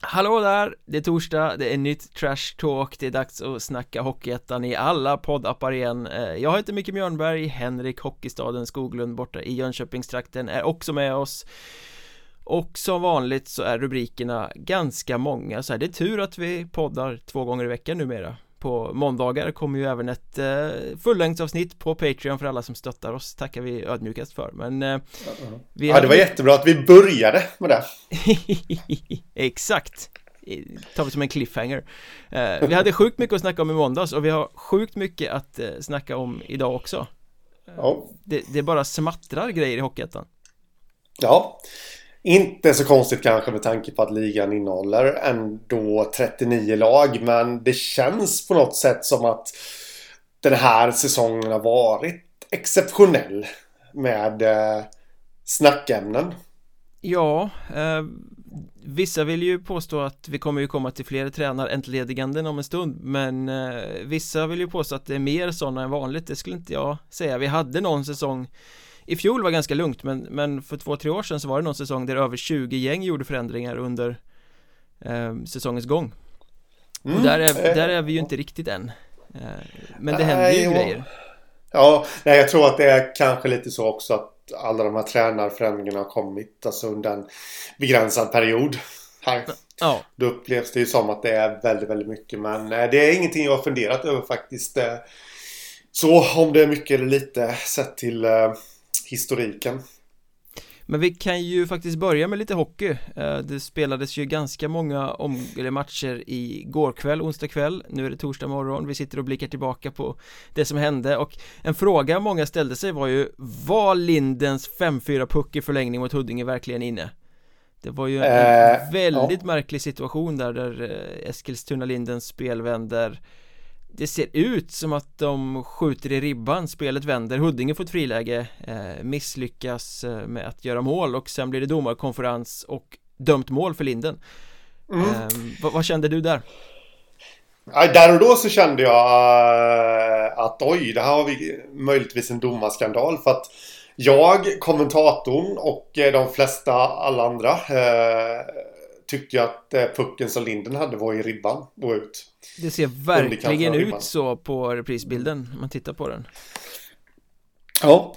Hallå där, det är torsdag, det är nytt Trash Talk, det är dags att snacka Hockeyettan i alla poddappar igen. Jag heter Micke Mjörnberg, Henrik Hockeystaden Skoglund borta i Jönköpingstrakten är också med oss. Och som vanligt så är rubrikerna ganska många, så här, det är tur att vi poddar 2 gånger i veckan numera. På måndagar kommer ju även ett fullängdsavsnitt på Patreon för alla som stöttar oss, tackar vi ödmjukast för. Men det var jättebra att vi började med det. Exakt, tar vi som en cliffhanger. Vi hade sjukt mycket att snacka om i måndags och vi har sjukt mycket att snacka om idag också. Det bara smattrar grejer i Hockeyettan. Ja, inte så konstigt kanske med tanke på att ligan innehåller ändå 39 lag, men det känns på något sätt som att den här säsongen har varit exceptionell med snackämnen. Ja, vissa vill ju påstå att vi kommer ju komma till fler tränarentlediganden om en stund, men vissa vill ju påstå att det är mer sådana än vanligt. Det skulle inte jag säga. Vi hade någon säsong i fjol var ganska lugnt, men för 2-3 år sedan så var det någon säsong där över 20 gäng gjorde förändringar under säsongens gång. Och där är vi ju inte riktigt än. Men det händer ju grejer. Ja, nej, jag tror att det är kanske lite så också att alla de här tränarförändringarna har kommit alltså under en begränsad period här. Ja. Då upplevs det ju som att det är väldigt, väldigt mycket. Men det är ingenting jag har funderat över faktiskt. Så om det är mycket eller lite sett till historiken. Men vi kan ju faktiskt börja med lite hockey. Det spelades ju ganska många matcher i går kväll, onsdag kväll. Nu är det torsdag morgon. Vi sitter och blickar tillbaka på det som hände. Och en fråga många ställde sig var ju: var Lindens 5-4 puck i förlängning mot Huddinge verkligen inne? Det var ju en väldigt märklig situation där Eskilstuna-Lindens spel vänder. Det ser ut som att de skjuter i ribban, spelet vänder, Huddinge får ett friläge, misslyckas med att göra mål och sen blir det domarkonferens och dömt mål för Linden. Vad kände du där? Ja, där och då så kände jag att det här har vi möjligtvis en domarskandal, för att jag, kommentatorn och de flesta alla andra tyckte jag att pucken som Linden hade var i ribban och ut. Det ser verkligen ut så på reprisbilden om man tittar på den. Ja,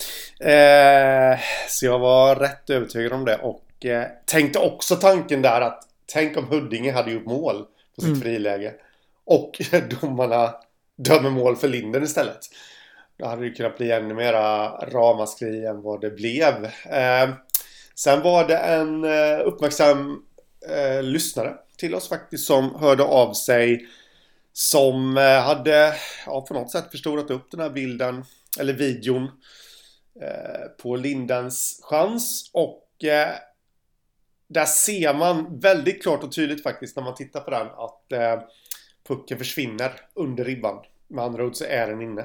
så jag var rätt övertygad om det och tänkte också tanken där att tänk om Huddinge hade gjort mål på sitt friläge och domarna dömer mål för Linden istället. Då hade det kunnat bli ännu mera ramaskri än vad det blev. Sen var det en uppmärksam lyssnare till oss faktiskt som hörde av sig, som hade på något sätt förstorat upp den här bilden eller videon på Lindens chans, och där ser man väldigt klart och tydligt faktiskt när man tittar på den att pucken försvinner under ribban. Med andra ord så är den inne.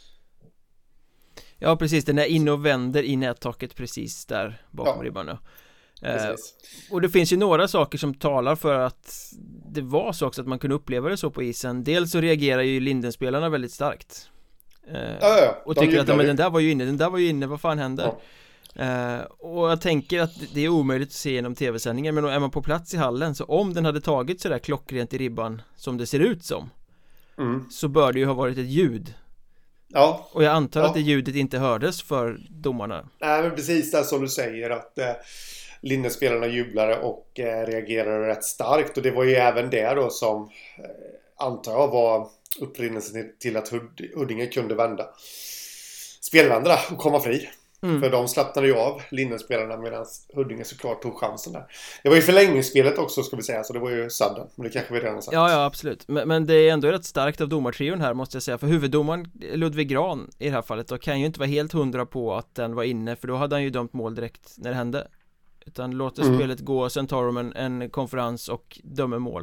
Ja, precis, den är inne och vänder i nättaket precis där bakom ribban nu. Och det finns ju några saker som talar för att det var så också, att man kunde uppleva det så på isen. Dels så reagerar ju Lindenspelarna väldigt starkt och tycker att den där var ju inne, vad fan händer? Och jag tänker att det är omöjligt att se genom tv-sändningen, men är man på plats i hallen, så om den hade tagit sådär klockrent i ribban som det ser ut som, så bör det ju ha varit ett ljud. Ja. Och jag antar att det ljudet inte hördes för domarna. Nej, men precis där som du säger, att Lindenspelarna jublade och reagerade rätt starkt. Och det var ju även det då som antar jag var upprinnelsen till att Huddinge kunde spelvända och komma fri. För de slappnade ju av Lindenspelarna medan Huddinge såklart tog chansen där. Det var ju förlängningsspelet också, ska vi säga, så det var ju sudden. Men det kanske vi redan sagt. Ja, absolut. Men det är ändå rätt starkt av domartrion här, måste jag säga. För huvuddomaren Ludvig Gran i det här fallet, då kan ju inte vara helt 100 på att den var inne, för då hade han ju dömt mål direkt när det hände. Utan låter spelet gå, sen tar de en konferens och dömer mål.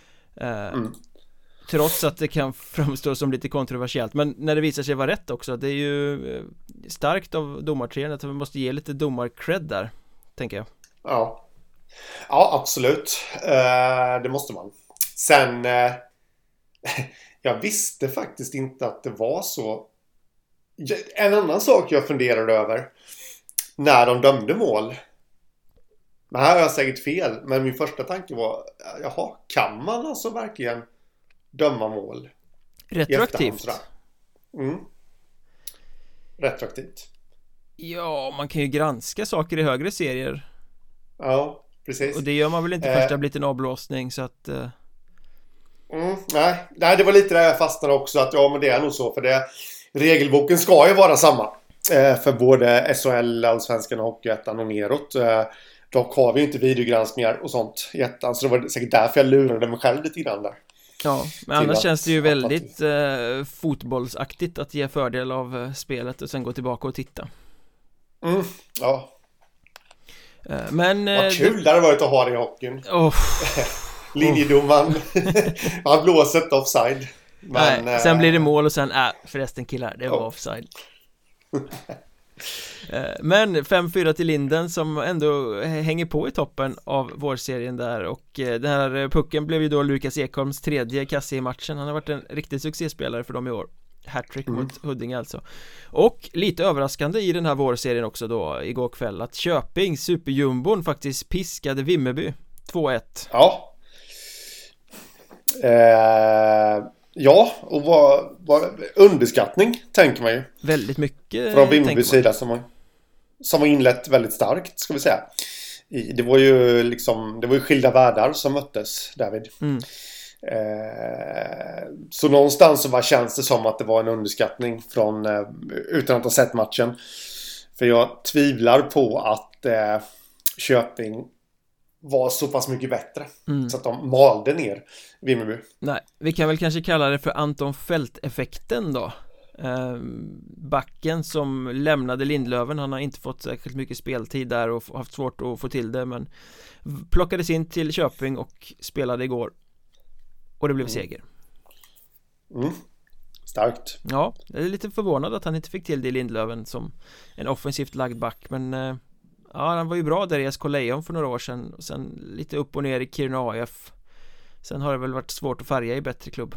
Trots att det kan framstå som lite kontroversiellt. Men när det visar sig vara rätt också, det är ju starkt av domartrion att vi måste ge lite domarcred där, tänker jag. Ja, absolut. Det måste man. Sen jag visste faktiskt inte att det var så. En annan sak jag funderade över när de dömde mål Men här har jag säkert fel. Men min första tanke var, jaha, kan man alltså verkligen döma mål retroaktivt? Retroaktivt. Ja, man kan ju granska saker i högre serier. Ja, precis. Och det gör man väl inte först det har blivit en avblåsning, så att... Nej, det var lite där jag fastnade också, att ja, men det är nog så, för det regelboken ska ju vara samma för både SHL, Allsvenskan och Hockeyettan och neråt. Dock har vi ju inte videogranskningar och sånt i ettan, så det var säkert därför jag lurade mig själv lite grann där. Ja, men annars känns det ju väldigt fotbollsaktigt att ge fördel av spelet och sen gå tillbaka och titta. Ja. Men vad kul det hade varit att ha det i hockeyn. Linjedomaren han blåser ett offside. Men, nej, sen blir det mål och sen förresten killar, det var offside. Men 5-4 till Linden som ändå hänger på i toppen av vårserien där. Och den här pucken blev ju då Lukas Ekholms tredje kasse i matchen. Han har varit en riktig succéspelare för dem i år. Hattrick mot Huddinge alltså. Och lite överraskande i den här vårserien också då igår kväll att Köping, superjumbon, faktiskt piskade Vimmerby 2-1. Ja. Ja, och vad underskattning tänker man ju. Väldigt mycket från Vimmerbys sida som har inlett väldigt starkt, ska vi säga. Det var ju skilda världar som möttes, David. Så någonstans så känns det som att det var en underskattning från utan att ha sett matchen. För jag tvivlar på att Köping var så pass mycket bättre så att de malde ner Vimmerby. Nej, vi kan väl kanske kalla det för Anton Fält-effekten då. Backen som lämnade Lindlöven, han har inte fått särskilt mycket speltid där och haft svårt att få till det, men plockades in till Köping och spelade igår och det blev seger. Starkt. Ja, jag är lite förvånad att han inte fick till det i Lindlöven som en offensivt lagd back, men ja, han var ju bra där i SK Lejon för några år sedan och sen lite upp och ner i Kiruna AF. Sen har det väl varit svårt att färga i bättre klubb.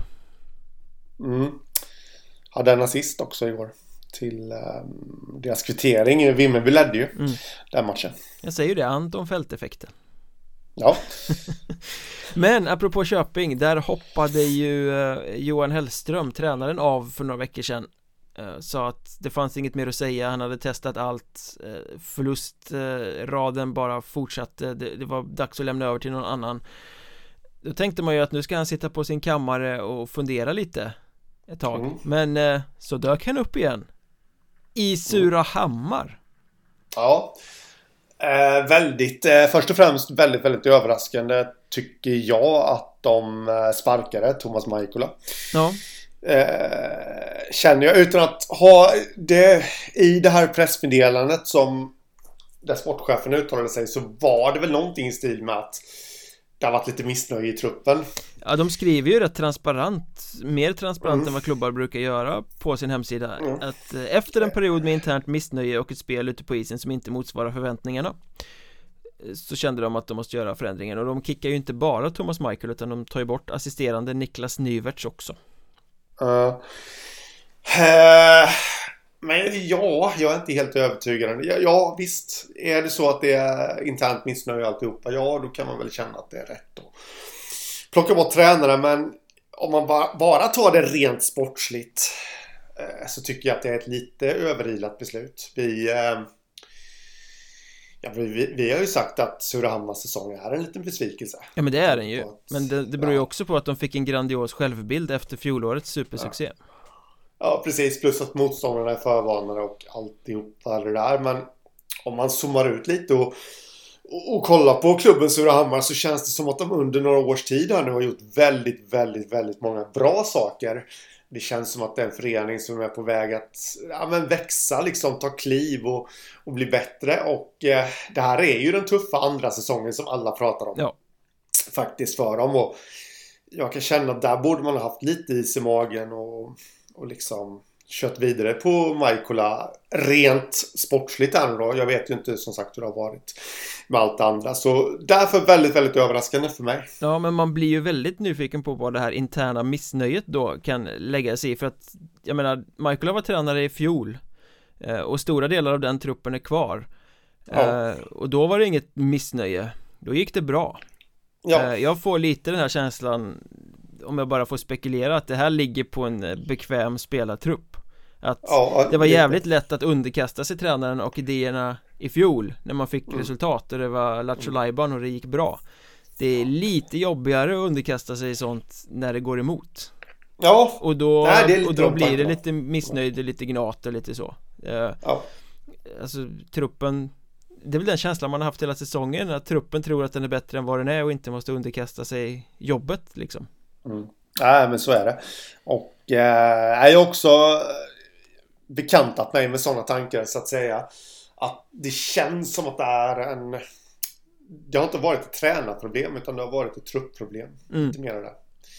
Hade en assist också igår till deras kvittering. Vimmerby ledde ju den matchen. Jag säger ju det, Anton Fält-effekten. Ja. Men apropå Köping, där hoppade ju Johan Hellström, tränaren, av för några veckor sedan. Sa att det fanns inget mer att säga, han hade testat allt, förlustraden bara fortsatte, det var dags att lämna över till någon annan. Då tänkte man ju att nu ska han sitta på sin kammare och fundera lite ett tag, men så dök han upp igen i Surahammar. Ja, väldigt, först och främst väldigt, väldigt överraskande tycker jag att de sparkade Thomas Maikola. Ja. Känner jag, utan att ha det i det här pressmeddelandet som där sportchefen uttalade sig, så var det väl någonting i stil med att det har varit lite missnöje i truppen. Ja, de skriver ju rätt transparent, mer transparent än vad klubbar brukar göra på sin hemsida, att efter en period med internt missnöje och ett spel ute på isen som inte motsvarar förväntningarna, så kände de att de måste göra förändringen. Och de kickar ju inte bara Thomas Michael, utan de tar ju bort assisterande Niklas Nyverts också. Men ja, jag är inte helt övertygad. Ja, visst, är det så att det är internt missnöje och alltihopa, ja, då kan man väl känna att det är rätt då. Plocka bort tränare, men om man bara tar det rent sportsligt så tycker jag att det är ett lite överilat beslut. Vi har ju sagt att Surahammars säsong är en liten besvikelse. Ja, men det är den ju. Men det beror ju också på att de fick en grandios självbild efter fjolårets supersuccé. Ja, precis. Plus att motståndarna är förvarnade och alltihopa det där. Men om man zoomar ut lite och kollar på klubben Surahammar, så känns det som att de under några års tid här nu har gjort väldigt, väldigt, väldigt många bra saker. Det känns som att det är en förening som är på väg att växa, liksom ta kliv och bli bättre. Och det här är ju den tuffa andra säsongen som alla pratar om. Ja. Faktiskt för dem. Och jag kan känna att där borde man ha haft lite is i magen och liksom kört vidare på Maikola rent sportsligt ändå. Jag vet ju inte som sagt hur det har varit med allt andra. Så därför väldigt, väldigt överraskande för mig. Ja, men man blir ju väldigt nyfiken på vad det här interna missnöjet då kan lägga sig i. För att, jag menar, Maikola var tränare i fjol och stora delar av den truppen är kvar. Och då var det inget missnöje. Då gick det bra. Jag får lite den här känslan, om jag bara får spekulera, att det här ligger på en bekväm spelartrupp. Att det var jävligt lätt att underkasta sig tränaren och idéerna i fjol när man fick resultat och det var Lattjo Lajban och det gick bra. Det är lite jobbigare att underkasta sig sånt när det går emot. Ja. Och då blir det lite missnöjd, lite gnat och lite så. Alltså truppen, det är väl den känslan man har haft hela säsongen, att truppen tror att den är bättre än vad den är och inte måste underkasta sig jobbet liksom. Nej, men så är det. Och jag har också bekantat mig med sådana tankar, så att säga, att det känns som att det har inte varit ett tränarproblem utan det har varit ett truppproblem. Inte mer av det.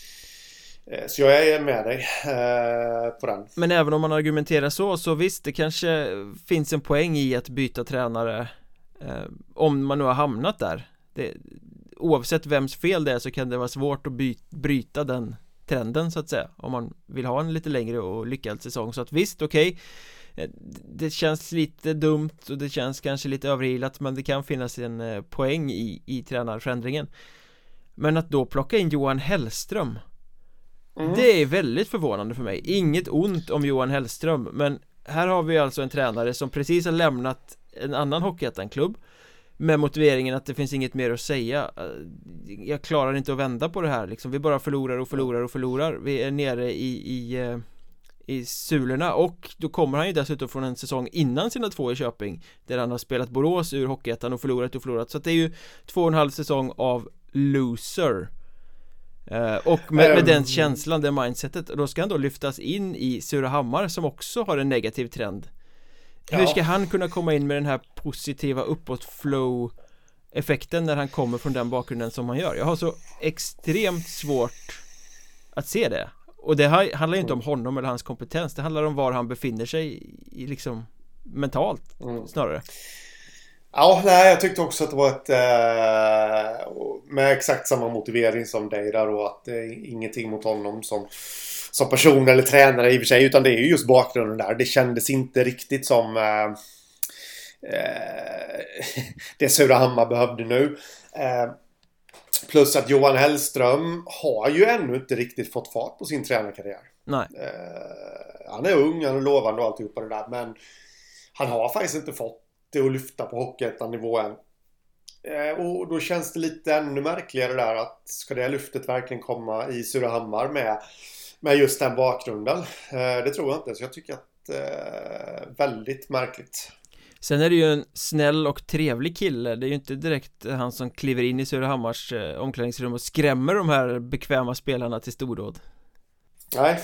Så jag är med dig på den. Men även om man argumenterar så visst, det kanske finns en poäng i att byta tränare om man nu har hamnat där. Oavsett vems fel det är så kan det vara svårt att bryta den trenden, så att säga, om man vill ha en lite längre och lyckad säsong. Så att visst, okej, det känns lite dumt och det känns kanske lite överilat, men det kan finnas en poäng i tränarförändringen. Men att då plocka in Johan Hellström, det är väldigt förvånande för mig. Inget ont om Johan Hellström, men här har vi alltså en tränare som precis har lämnat en annan Hockeyettan-klubb med motiveringen att det finns inget mer att säga. Jag klarar inte att vända på det här liksom. Vi bara förlorar. Vi är nere i sulorna, och då kommer han ju dessutom från en säsong innan sina 2 i Köping där han har spelat Borås ur Hockeyettan och förlorat. Så att det är ju 2,5 säsong av loser. Och med den känslan, det mindsetet, då ska han då lyftas in i Surahammar som också har en negativ trend. Hur ska han kunna komma in med den här positiva uppåt-flow-effekten när han kommer från den bakgrunden som han gör? Jag har så extremt svårt att se det. Och det handlar ju inte om honom eller hans kompetens. Det handlar om var han befinner sig i liksom mentalt snarare. Ja, nej, jag tyckte också att det var ett med exakt samma motivering som dig där, och att det är ingenting mot honom som person eller tränare i och för sig, utan det är ju just bakgrunden där. Det kändes inte riktigt som det Surahammar behövde nu. Plus att Johan Hellström har ju ännu inte riktigt fått fart på sin tränarkarriär. Nej. Han är ung, han är lovande och alltihopa det där, men han har faktiskt inte fått det att lyfta på Hockeyettan-nivå än. Och då känns det lite ännu märkligare där, att ska det lyftet verkligen komma i Surahammar med just den bakgrunden? Det tror jag inte, så jag tycker att väldigt märkligt. Sen är det ju en snäll och trevlig kille. Det är ju inte direkt han som kliver in i Surahammars omklädningsrum och skrämmer de här bekväma spelarna till stordåd. Nej.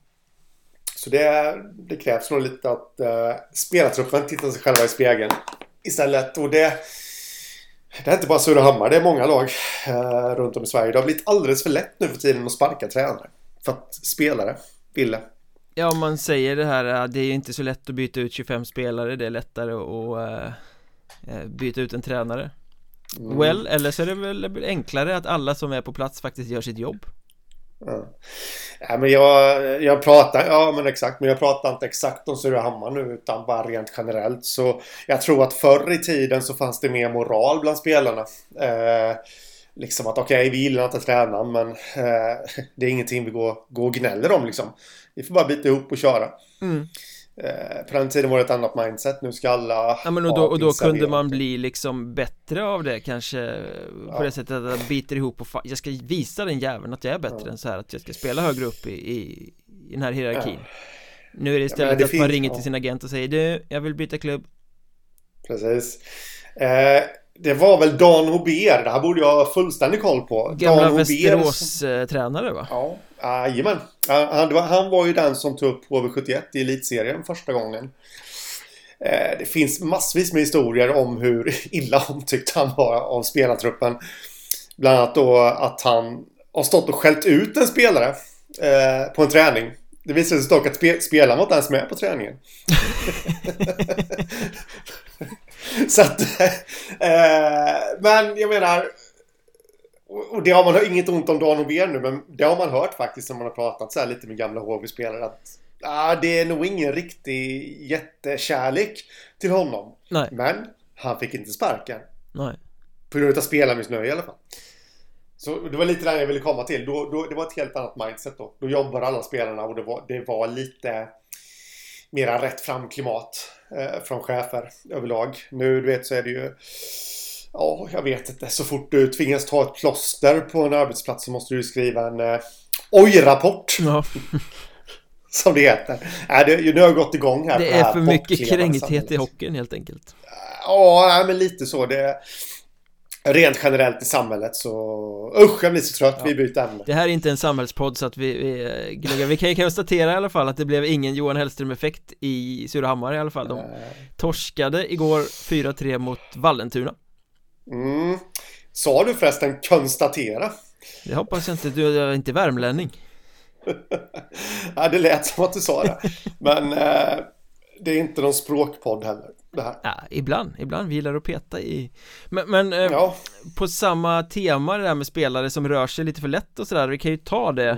Så det krävs nog lite att spelartruppen tittar sig själva i spegeln istället. Och det är inte bara Surahammar, det är många lag runt om i Sverige. Det har blivit alldeles för lätt nu för tiden att sparka tränare för att spelare ville. Ja, om man säger det här, det är ju inte så lätt att byta ut 25 spelare. Det är lättare att byta ut en tränare. Eller så är det väl enklare att alla som är på plats faktiskt gör sitt jobb. Ja, men jag pratar men jag pratar inte exakt om Surahammar nu, utan bara rent generellt. Så jag tror att förr i tiden så fanns det mer moral bland spelarna. Liksom att okej, vi gillar inte tränaren, men det är ingenting vi går och gnäller om liksom. Vi får bara bita ihop och köra. På den tiden var det ett annat mindset. Nu ska alla och då kunde man bli liksom bättre av det kanske, på det sättet att jag biter ihop och jag ska visa den jäveln att jag är bättre än så här, att jag ska spela högre upp i den här hierarkin. Nu är det istället att man ringer till sin agent och säger du, jag vill byta klubb. Precis. Det var väl Dan Hober, det här borde jag ha fullständig koll på. Gamla Västerås-tränare va? Ja, jajamän. Han var ju den som tog upp HV71 i elitserien första gången. Det finns massvis med historier om hur illa omtyckt han var av spelartruppen. Bland annat då att han har stått och skällt ut en spelare på en träning. Det visade sig dock att spelaren var inte ens med på träningen. Så att men jag menar, och det har man inget ont om Dan Hober nu, men det har man hört faktiskt när man har pratat så här lite med gamla HV-spelare, att det är nog ingen riktig jättekärlek till honom. Nej. Men han fick inte sparken. Nej. På grund av spelarmissnöje i alla fall. Så det var lite där jag ville komma till. Det var ett helt annat mindset då. Då jobbar alla spelarna och det var lite mera rätt fram klimat från chefer överlag. Nu du vet så är det ju jag vet inte. Så fort du tvingas ta ett plåster på en arbetsplats så måste du skriva en oj-rapport. Ja. Som det heter. Nu har jag gått igång här. Det är för mycket kränkthet i hockeyn helt enkelt. Ja, men lite så. Det rent generellt i samhället så jag blir så trött, vi byter ämne. Det här är inte en samhällspodd så att vi kan ju konstatera i alla fall att det blev ingen Johan Hellström-effekt i Surahammar i alla fall. De torskade igår 4-3 mot Vallentuna. Sa du förresten konstatera? Det hoppas jag inte, du är inte värmlänning. Ja, det lät som att du sa det. Men det är inte någon språkpodd heller det här. Ja, ibland vi gillar att peta i. Men på samma tema det där med spelare som rör sig lite för lätt och sådär, vi kan ju ta det.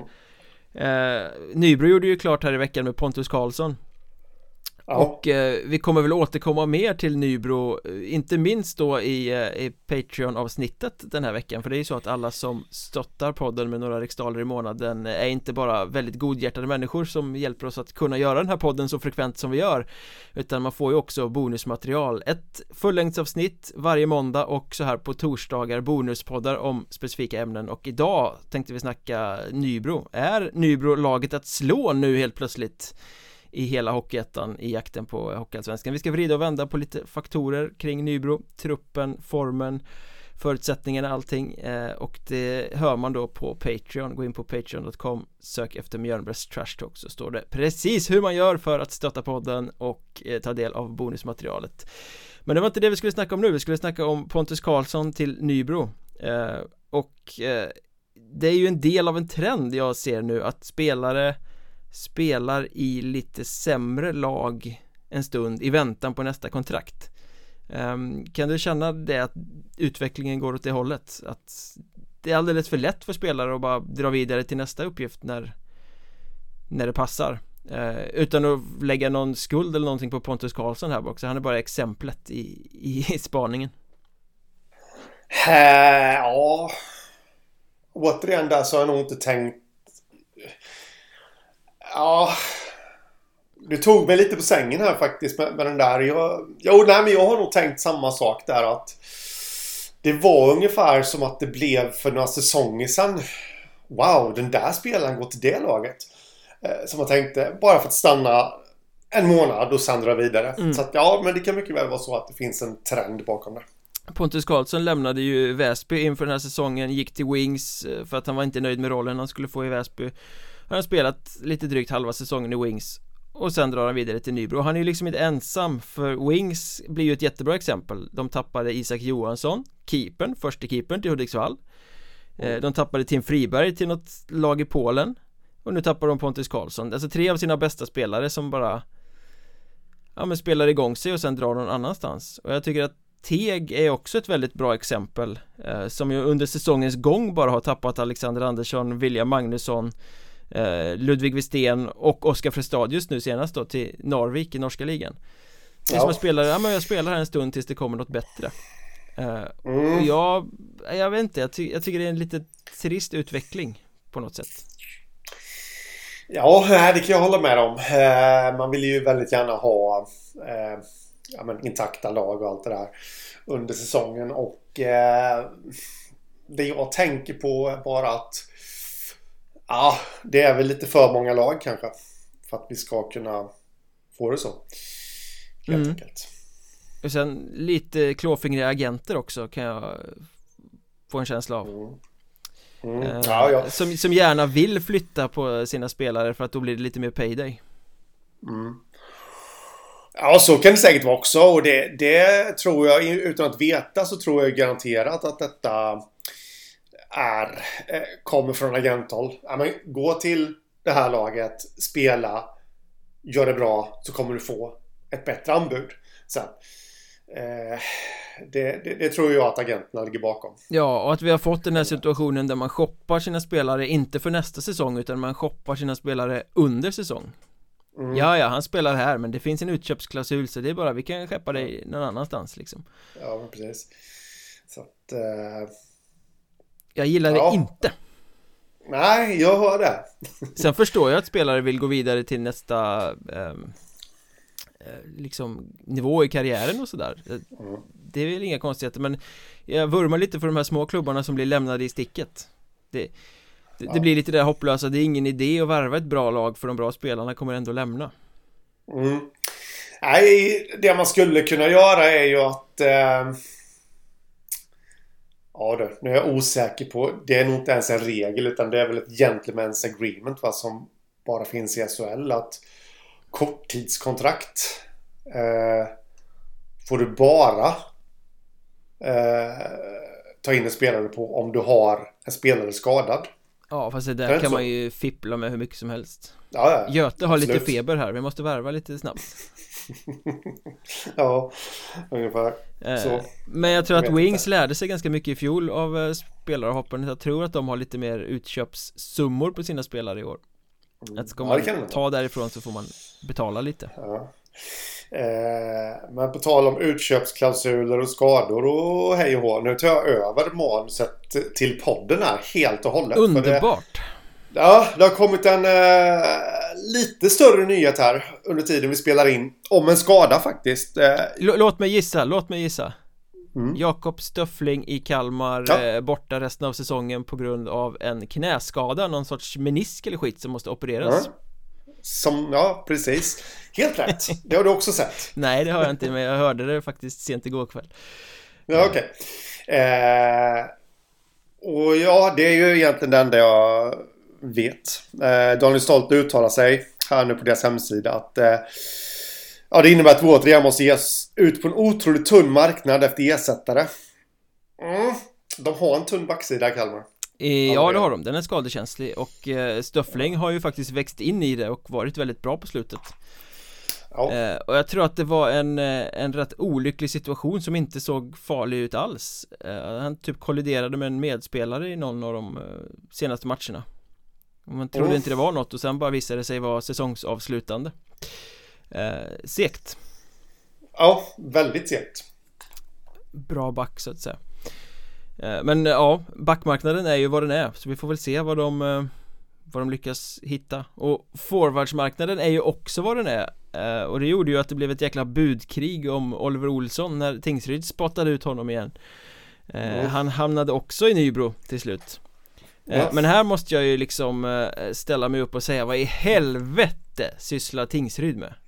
Nybro gjorde ju klart här i veckan med Pontus Karlsson. Och vi kommer väl återkomma mer till Nybro, inte minst då i Patreon-avsnittet den här veckan. För det är ju så att alla som stöttar podden med några riksdaler i månaden är inte bara väldigt godhjärtade människor som hjälper oss att kunna göra den här podden så frekvent som vi gör, utan man får ju också bonusmaterial. Ett fullängdsavsnitt varje måndag och så här på torsdagar bonuspoddar om specifika ämnen. Och idag tänkte vi snacka Nybro. Är Nybro laget att slå nu helt plötsligt i hela Hockeyettan i jakten på Hockeyallsvenskan? Vi ska vrida och vända på lite faktorer kring Nybro, truppen, formen, förutsättningarna, allting, och det hör man då på Patreon. Gå in på patreon.com, sök efter Mjölnbergs Trash Talk, så står det precis hur man gör för att stötta podden och ta del av bonusmaterialet. Men det var inte det vi skulle snacka om nu. Vi skulle snacka om Pontus Karlsson till Nybro, och det är ju en del av en trend jag ser nu, att spelare spelar i lite sämre lag en stund i väntan på nästa kontrakt. Kan du känna det, att utvecklingen går åt det hållet, att det är alldeles för lätt för spelare att bara dra vidare till nästa uppgift när det passar, utan att lägga någon skuld eller någonting på Pontus Karlsson här också? Han är bara exemplet i spaningen. Ja, återigen där så har jag nog inte tänkt. Ja, du tog mig lite på sängen här faktiskt med den där. Men jag har nog tänkt samma sak där, att det var ungefär som att det blev för några säsonger sedan. Wow, den där spelaren går till det laget. Som jag tänkte, bara för att stanna en månad och sen dra vidare. Så att men det kan mycket väl vara så att det finns en trend bakom det. Pontus Karlsson lämnade ju Väsby inför den här säsongen, gick till Wings för att han var inte nöjd med rollen han skulle få i Väsby. Han har spelat lite drygt halva säsongen i Wings och sen drar han vidare till Nybro. Han är ju liksom inte ensam, för Wings blir ju ett jättebra exempel. De tappade Isak Johansson, första keepern till Hudiksvall. De tappade Tim Friberg till något lag i Polen, och nu tappar de Pontus Karlsson. Alltså 3 av sina bästa spelare som bara spelar igång sig och sen drar någon annanstans. Och jag tycker att Teg är också ett väldigt bra exempel, som ju under säsongens gång bara har tappat Alexander Andersson, William Magnusson, Ludvig Wistén och Oskar Frestadius nu senast då till Narvik i norska ligan. Det är som att spelare, jag spelar här en stund tills det kommer något bättre. Och jag vet inte, jag tycker det är en lite trist utveckling på något sätt. Ja, det kan jag hålla med om. Man vill ju väldigt gärna ha intakta lag och allt det där under säsongen, och det jag tänker på är bara att det är väl lite för många lag kanske för att vi ska kunna få det så helt enkelt. Och sen lite klåfingriga agenter också, kan jag få en känsla av. Som gärna vill flytta på sina spelare för att då blir det lite mer payday. Ja, så kan det säkert vara också, och det tror jag, utan att veta så tror jag garanterat att detta kommer från agenthåll. Gå till det här laget, spela, gör det bra, så kommer du få ett bättre anbud sen. Det tror jag att agenterna ligger bakom. Ja, och att vi har fått den här situationen där man shoppar sina spelare inte för nästa säsong, utan man shoppar sina spelare under säsong. Ja, han spelar här, men det finns en utköpsklausul, så det är bara, vi kan skeppa dig någon annanstans liksom. Ja, men precis. Så att... Jag gillar det inte. Nej, jag hör det. Sen förstår jag att spelare vill gå vidare till nästa liksom nivå i karriären och sådär. Det är väl inga konstigheter, men jag vurmar lite för de här små klubbarna som blir lämnade i sticket. Det blir lite där hopplösa. Det är ingen idé att värva ett bra lag, för de bra spelarna kommer ändå lämna. Nej, det man skulle kunna göra är ju att nu är jag osäker på, det är nog inte ens en regel, utan det är väl ett gentleman's agreement, va, som bara finns i SHL, att korttidskontrakt får du bara ta in en spelare på om du har en spelare skadad. Ja, fast det där kan man ju fippla med hur mycket som helst. Ja, Göte har lite feber här, vi måste värva lite snabbt. Ja, ungefär så. Men jag tror att Wings lärde sig ganska mycket i fjol av spelarhoppen. Jag tror att de har lite mer utköpssummor på sina spelare i år. Att ska man ta därifrån så får man betala lite. Ja. Men på tal om utköpsklausuler och skador och hej och hå, nu tar jag över manuset till podden här helt och hållet. Underbart! Det har kommit en lite större nyhet här under tiden vi spelar in, om en skada faktiskt. Låt mig gissa. Jakob Stöffling i Kalmar borta resten av säsongen på grund av en knäskada, någon sorts menisk eller skit som måste opereras. Precis. Helt rätt. Det har du också sett. Nej, det har jag inte, men jag hörde det faktiskt sent igår kväll. Ja, okej. Och ja, det är ju egentligen det enda jag vet. Daniel Stolt uttalar sig här nu på deras hemsida att det innebär att vårt redan måste ges ut på en otroligt tunn marknad efter ersättare. De har en tunn backsida, Kalmar. Ja, det har de. Den är skadekänslig. Och Stöffling har ju faktiskt växt in i det och varit väldigt bra på slutet. Och jag tror att det var en rätt olycklig situation som inte såg farlig ut alls. Han typ kolliderade med en medspelare i någon av de senaste matcherna. Man trodde inte det var något, och sen bara visade det sig vara säsongsavslutande. Segt. Ja, väldigt segt. Bra back så att säga. Men ja, backmarknaden är ju vad den är, så vi får väl se vad de lyckas hitta. Och forwardsmarknaden är ju också vad den är. Och det gjorde ju att det blev ett jäkla budkrig om Oliver Olsson när Tingsryd spottade ut honom igen. Han hamnade också i Nybro till slut. Men här måste jag ju liksom ställa mig upp och säga, vad i helvete sysslar Tingsryd med?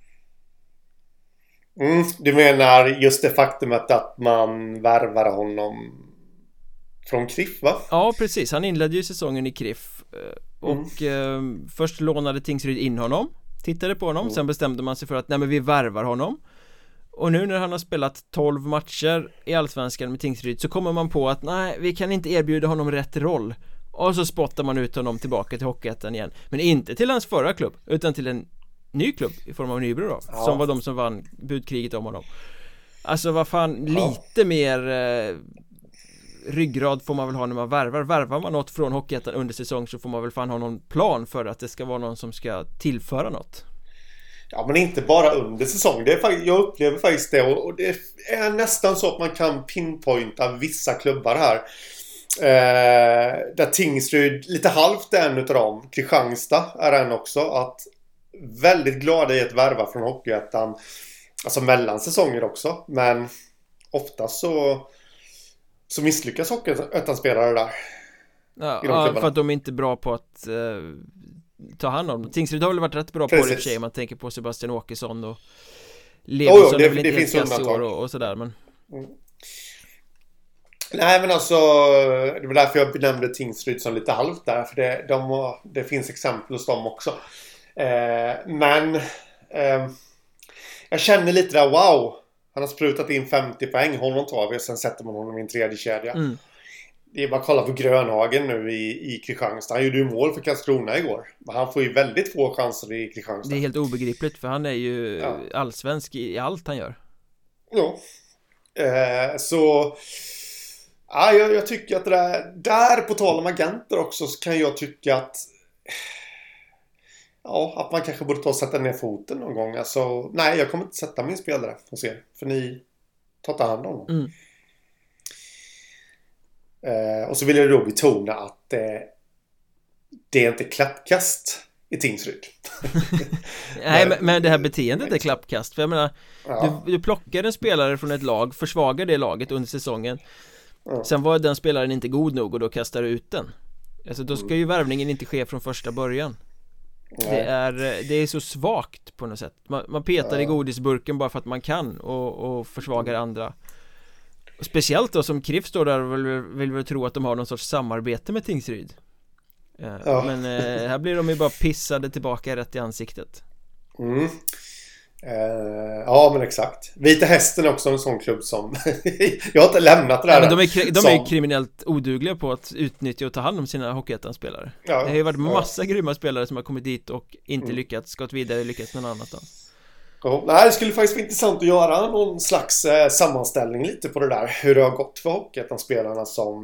Du menar just det faktumet att man värvar honom från KRIF, va? Ja, precis. Han inledde ju säsongen i KRIF. Och först lånade Tingsryd in honom, tittade på honom, sen bestämde man sig för att nej, men vi värvar honom. Och nu när han har spelat 12 matcher i Allsvenskan med Tingsryd så kommer man på att nej, vi kan inte erbjuda honom rätt roll. Och så spottar man ut honom tillbaka till Hockeyettan igen. Men inte till hans förra klubb, utan till en ny klubb i form av Nybro då, som var de som vann budkriget om honom. Alltså vad fan, lite mer ryggrad får man väl ha när man värvar man något från Hockeyettan under säsong, så får man väl fan ha någon plan för att det ska vara någon som ska tillföra något. Ja, men inte bara under säsong. Det är, jag upplever faktiskt det, och det är nästan så att man kan pinpointa vissa klubbar här. Där Tingsryd lite halvt är en utav dem. Kristianstad är en också. Att väldigt glada i att värva från Hockeyettan, alltså mellan säsonger också. Men ofta så misslyckas Hockeyettan-spelare där. Ja, för att de är inte bra på att ta hand om. Tingsryd har väl varit rätt bra på det i och för sig. Man tänker på Sebastian Åkesson och Levinson. Det finns undantag och sådär, men nej, men alltså det var därför jag benämnde Tingsryd som lite halvt där, för det finns exempel hos dem också. Men jag känner lite där, wow, han har sprutat in 50 poäng, honom tar vi och sen sätter man honom i en tredje kedja. Det är bara att kolla på Grönhagen nu i Kristianstad. Han gjorde ju mål för Karlskrona igår, men han får ju väldigt få chanser i Kristianstad. Det är helt obegripligt, för han är ju allsvensk i allt han gör. Ja. Så jag tycker att det där på tal om agenter också, så kan jag tycka att ja, att man kanske borde ta och sätta ner foten någon gång. Alltså, nej, jag kommer inte sätta min spelare hos er. För ni tar hand om dem. Och så vill jag då betona att det är inte klappkast i Tingsryd. Nej, men det här beteendet är klappkast. För jag menar, du plockar en spelare från ett lag, försvagar det laget under säsongen. Sen var den spelaren inte god nog och då kastar du ut den. Alltså då ska ju värvningen inte ske från första början. Det är så svagt på något sätt. Man petar i godisburken bara för att man kan och försvagar andra. Och speciellt då som Kriff står där och vill väl tro att de har någon sorts samarbete med Tingsryd. Men här blir de ju bara pissade tillbaka rätt i ansiktet. Ja, men exakt. Vita Hästen är också en sån klubb som jag har inte lämnat det där. Men de är kriminellt odugliga på att utnyttja och ta hand om sina Hockeyettan-spelare. Det har ju varit massa grymma spelare som har kommit dit och inte lyckats, gått vidare, lyckats någon annanstans. Nej, det skulle faktiskt vara intressant att göra någon slags sammanställning lite på det där. Hur det har gått för Hockeyettan-spelarna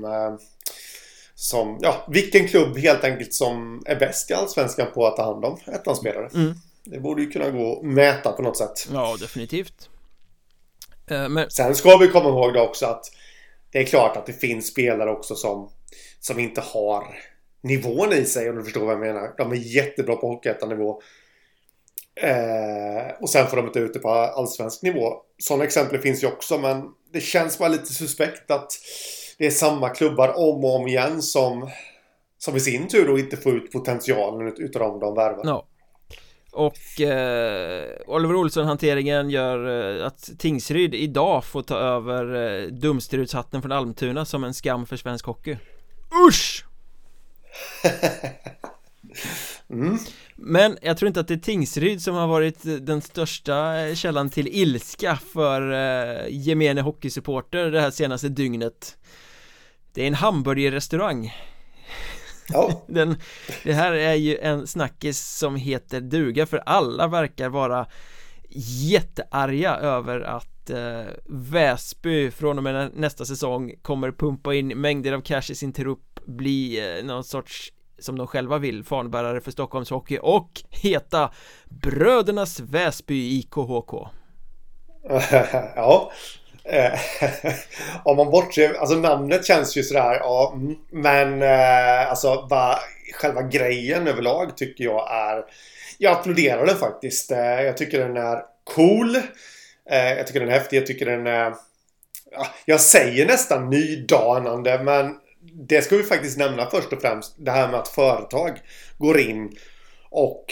som vilken klubb helt enkelt som är bäst i Allsvenskan på att ta hand om ettanspelare. Det borde ju kunna gå att mäta på något sätt. Ja, definitivt. Sen ska vi komma ihåg då också att det är klart att det finns spelare också som inte har nivån i sig, om du förstår vad jag menar. De är jättebra på Hockeyettan-nivå. Och sen får de inte ute på allsvensk nivå. Sådana exempel finns ju också, men det känns bara lite suspekt att det är samma klubbar om och om igen som i sin tur då inte får ut potentialen utav de värvar. Ja. Och Oliver Olsson-hanteringen gör att Tingsryd idag får ta över Dumsterudshatten från Almtuna som en skam för svensk hockey. Usch! Men jag tror inte att det är Tingsryd som har varit den största källan till ilska för gemene hockeysupporter det här senaste dygnet. Det är en hamburgerrestaurang. Ja. Det här är ju en snackis som heter duga, för alla verkar vara jättearga över att Väsby från och med nästa säsong kommer pumpa in mängder av cash i sin trupp, bli någon sorts, som de själva vill, fanbärare för Stockholms hockey och heta Brödernas Väsby IKHK. Ja. Om man bortser, alltså namnet känns ju sådär, men alltså bara själva grejen överlag tycker jag jag applåderar den faktiskt. Jag tycker den är cool, jag tycker den är häftig, jag tycker den är, jag säger nästan nydanande, men det ska vi faktiskt nämna först och främst, det här med att företag går in och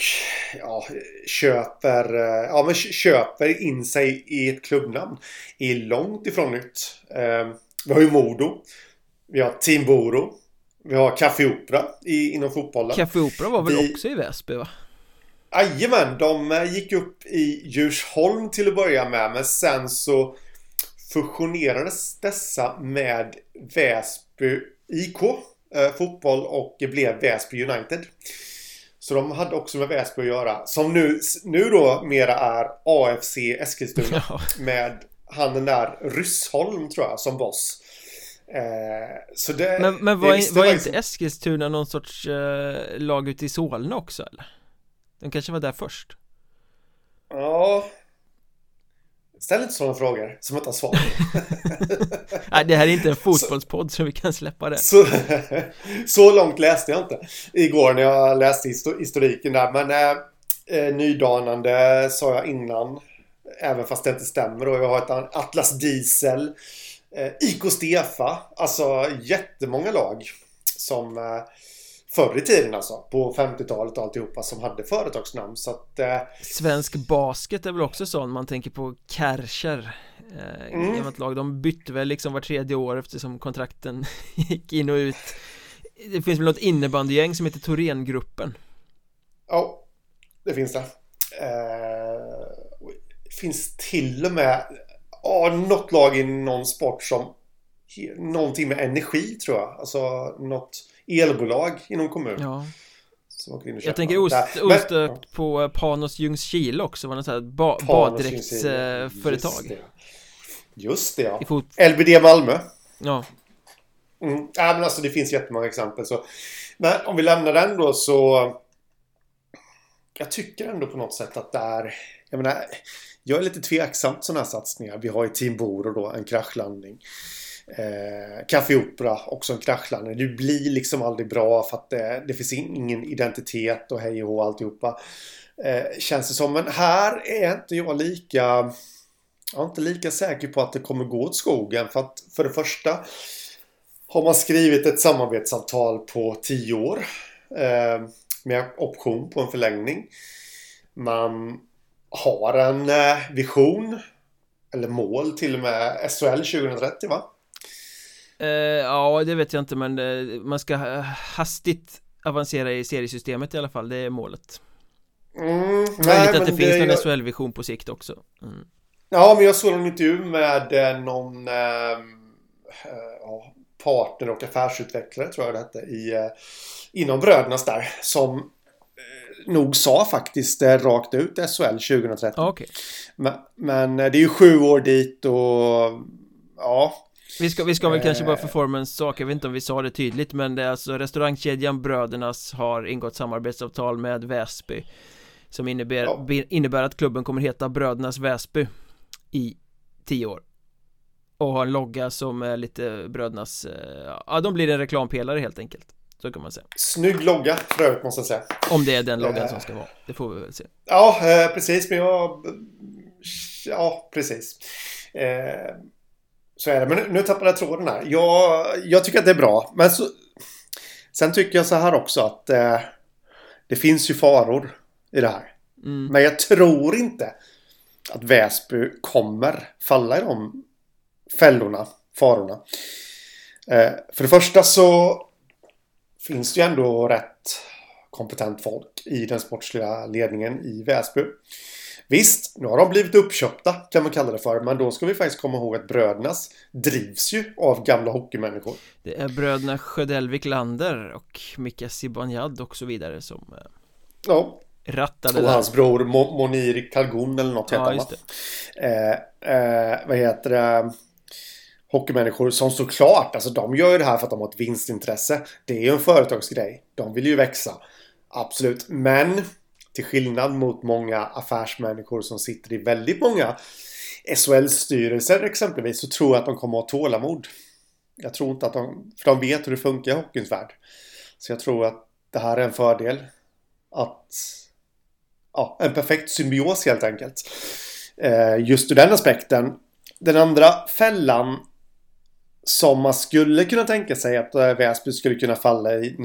köper in sig i ett klubbnamn är långt ifrån nytt. Vi har ju Modo, vi har Team Boro, vi har Café Opera inom fotbollen. Café Opera var väl också i Väsby, va? Jajamän, de gick upp i Djursholm till att börja med, men sen så fusionerades dessa med Väsby IK fotboll och blev Väsby United. Så de hade också med Väsby att göra. Som nu då mera är AFC Eskilstuna. Med han den där Ryssholm tror jag som boss. Så men var inte Eskilstuna någon sorts lag ute i Solna också, eller? De kanske var där först. Ja. Ställ inte sådana frågor som inte har svar. Nej, det här är inte en fotbollspodd så vi kan släppa det. Så långt läste jag inte igår när jag läste historiken där. Men nydanande sa jag innan, även fast det inte stämmer. Och jag har ett Atlas Diesel, IK Stefa, alltså jättemånga lag som förr i tiden, alltså på 50-talet och alltihopa, som hade företagsnamn. Så att, svensk basket är väl också sån. Man tänker på Kärcher, gammalt lag. De bytte väl liksom var tredje år eftersom kontrakten gick in och ut. Det finns väl något innebandygäng som heter Thorengruppen. Ja, det finns det. Det finns till och med något lag i någon sport som någonting med energi, tror jag. Alltså något elbolag i någon kommun. Ja. Jag tänker ostört på Panos Ljungskile också, var något så här baddräktsföretag. Just det, ja. LBD Malmö. Ja. Men alltså det finns jättemånga exempel så. Men om vi lämnar den då, så jag tycker ändå på något sätt att det är, jag menar, jag är lite tveksam till sådana här satsningar. Vi har ju Team Boro då, en kraschlandning. Café Opera, också en kraschlandning. Det blir liksom aldrig bra för att det finns ingen identitet och hej och hå alltihopa. Känns det som, men här är inte jag inte lika säker på att det kommer gå åt skogen. För att för det första har man skrivit ett samarbetsavtal på 10 år med option på en förlängning. Man har en vision eller mål till och med SHL 2030, va? Ja, det vet jag inte, men man ska hastigt avancera i seriesystemet i alla fall, det är målet. Möjligt att det finns en SHL-vision på sikt också. Ja, men jag såg en intervju med någon partner och affärsutvecklare, tror jag det hette, inom Brödernas där, som nog sa faktiskt rakt ut SHL 2030. Okay. Men det är ju 7 år dit och ja. Vi ska väl kanske bara för formens sak, jag vet inte om vi sa det tydligt, men det är alltså restaurangkedjan Brödernas har ingått samarbetsavtal med Väsby som innebär att klubben kommer heta Brödernas Väsby i 10 år och har en logga som är lite Brödernas, de blir en reklampelare helt enkelt. Så kan man säga. Snygg logga för övrigt, måste jag säga. Om det är den loggan som ska vara. Det får vi väl se. Ja, precis. Men precis. Så är det. Men nu tappade jag tråden här. Jag tycker att det är bra. Men sen tycker jag så här också att det finns ju faror i det här. Men jag tror inte att Väsby kommer falla i de farorna. För det första så finns det ju ändå rätt kompetent folk i den sportsliga ledningen i Väsby. Visst, nu har de blivit uppköpta, kan man kalla det för, men då ska vi faktiskt komma ihåg att Brödernas drivs ju av gamla hockeymänniskor. Det är bröderna Sjödell Lander och Mika Zibanejad och så vidare som rattade och där. Hans bror Monir Kalgun eller något heter just det. Vad heter det? Hockeymänniskor som såklart, alltså de gör ju det här för att de har ett vinstintresse. Det är ju en företagsgrej. De vill ju växa. Absolut. Men till skillnad mot många affärsmänniskor som sitter i väldigt många SHL-styrelser exempelvis, så tror jag att de kommer att ha tålamod. Jag tror inte att för de vet hur det funkar i hockeyns värld. Så jag tror att det här är en fördel. En perfekt symbios helt enkelt. Just ur den aspekten. Den andra fällan som man skulle kunna tänka sig att Väsby skulle kunna falla i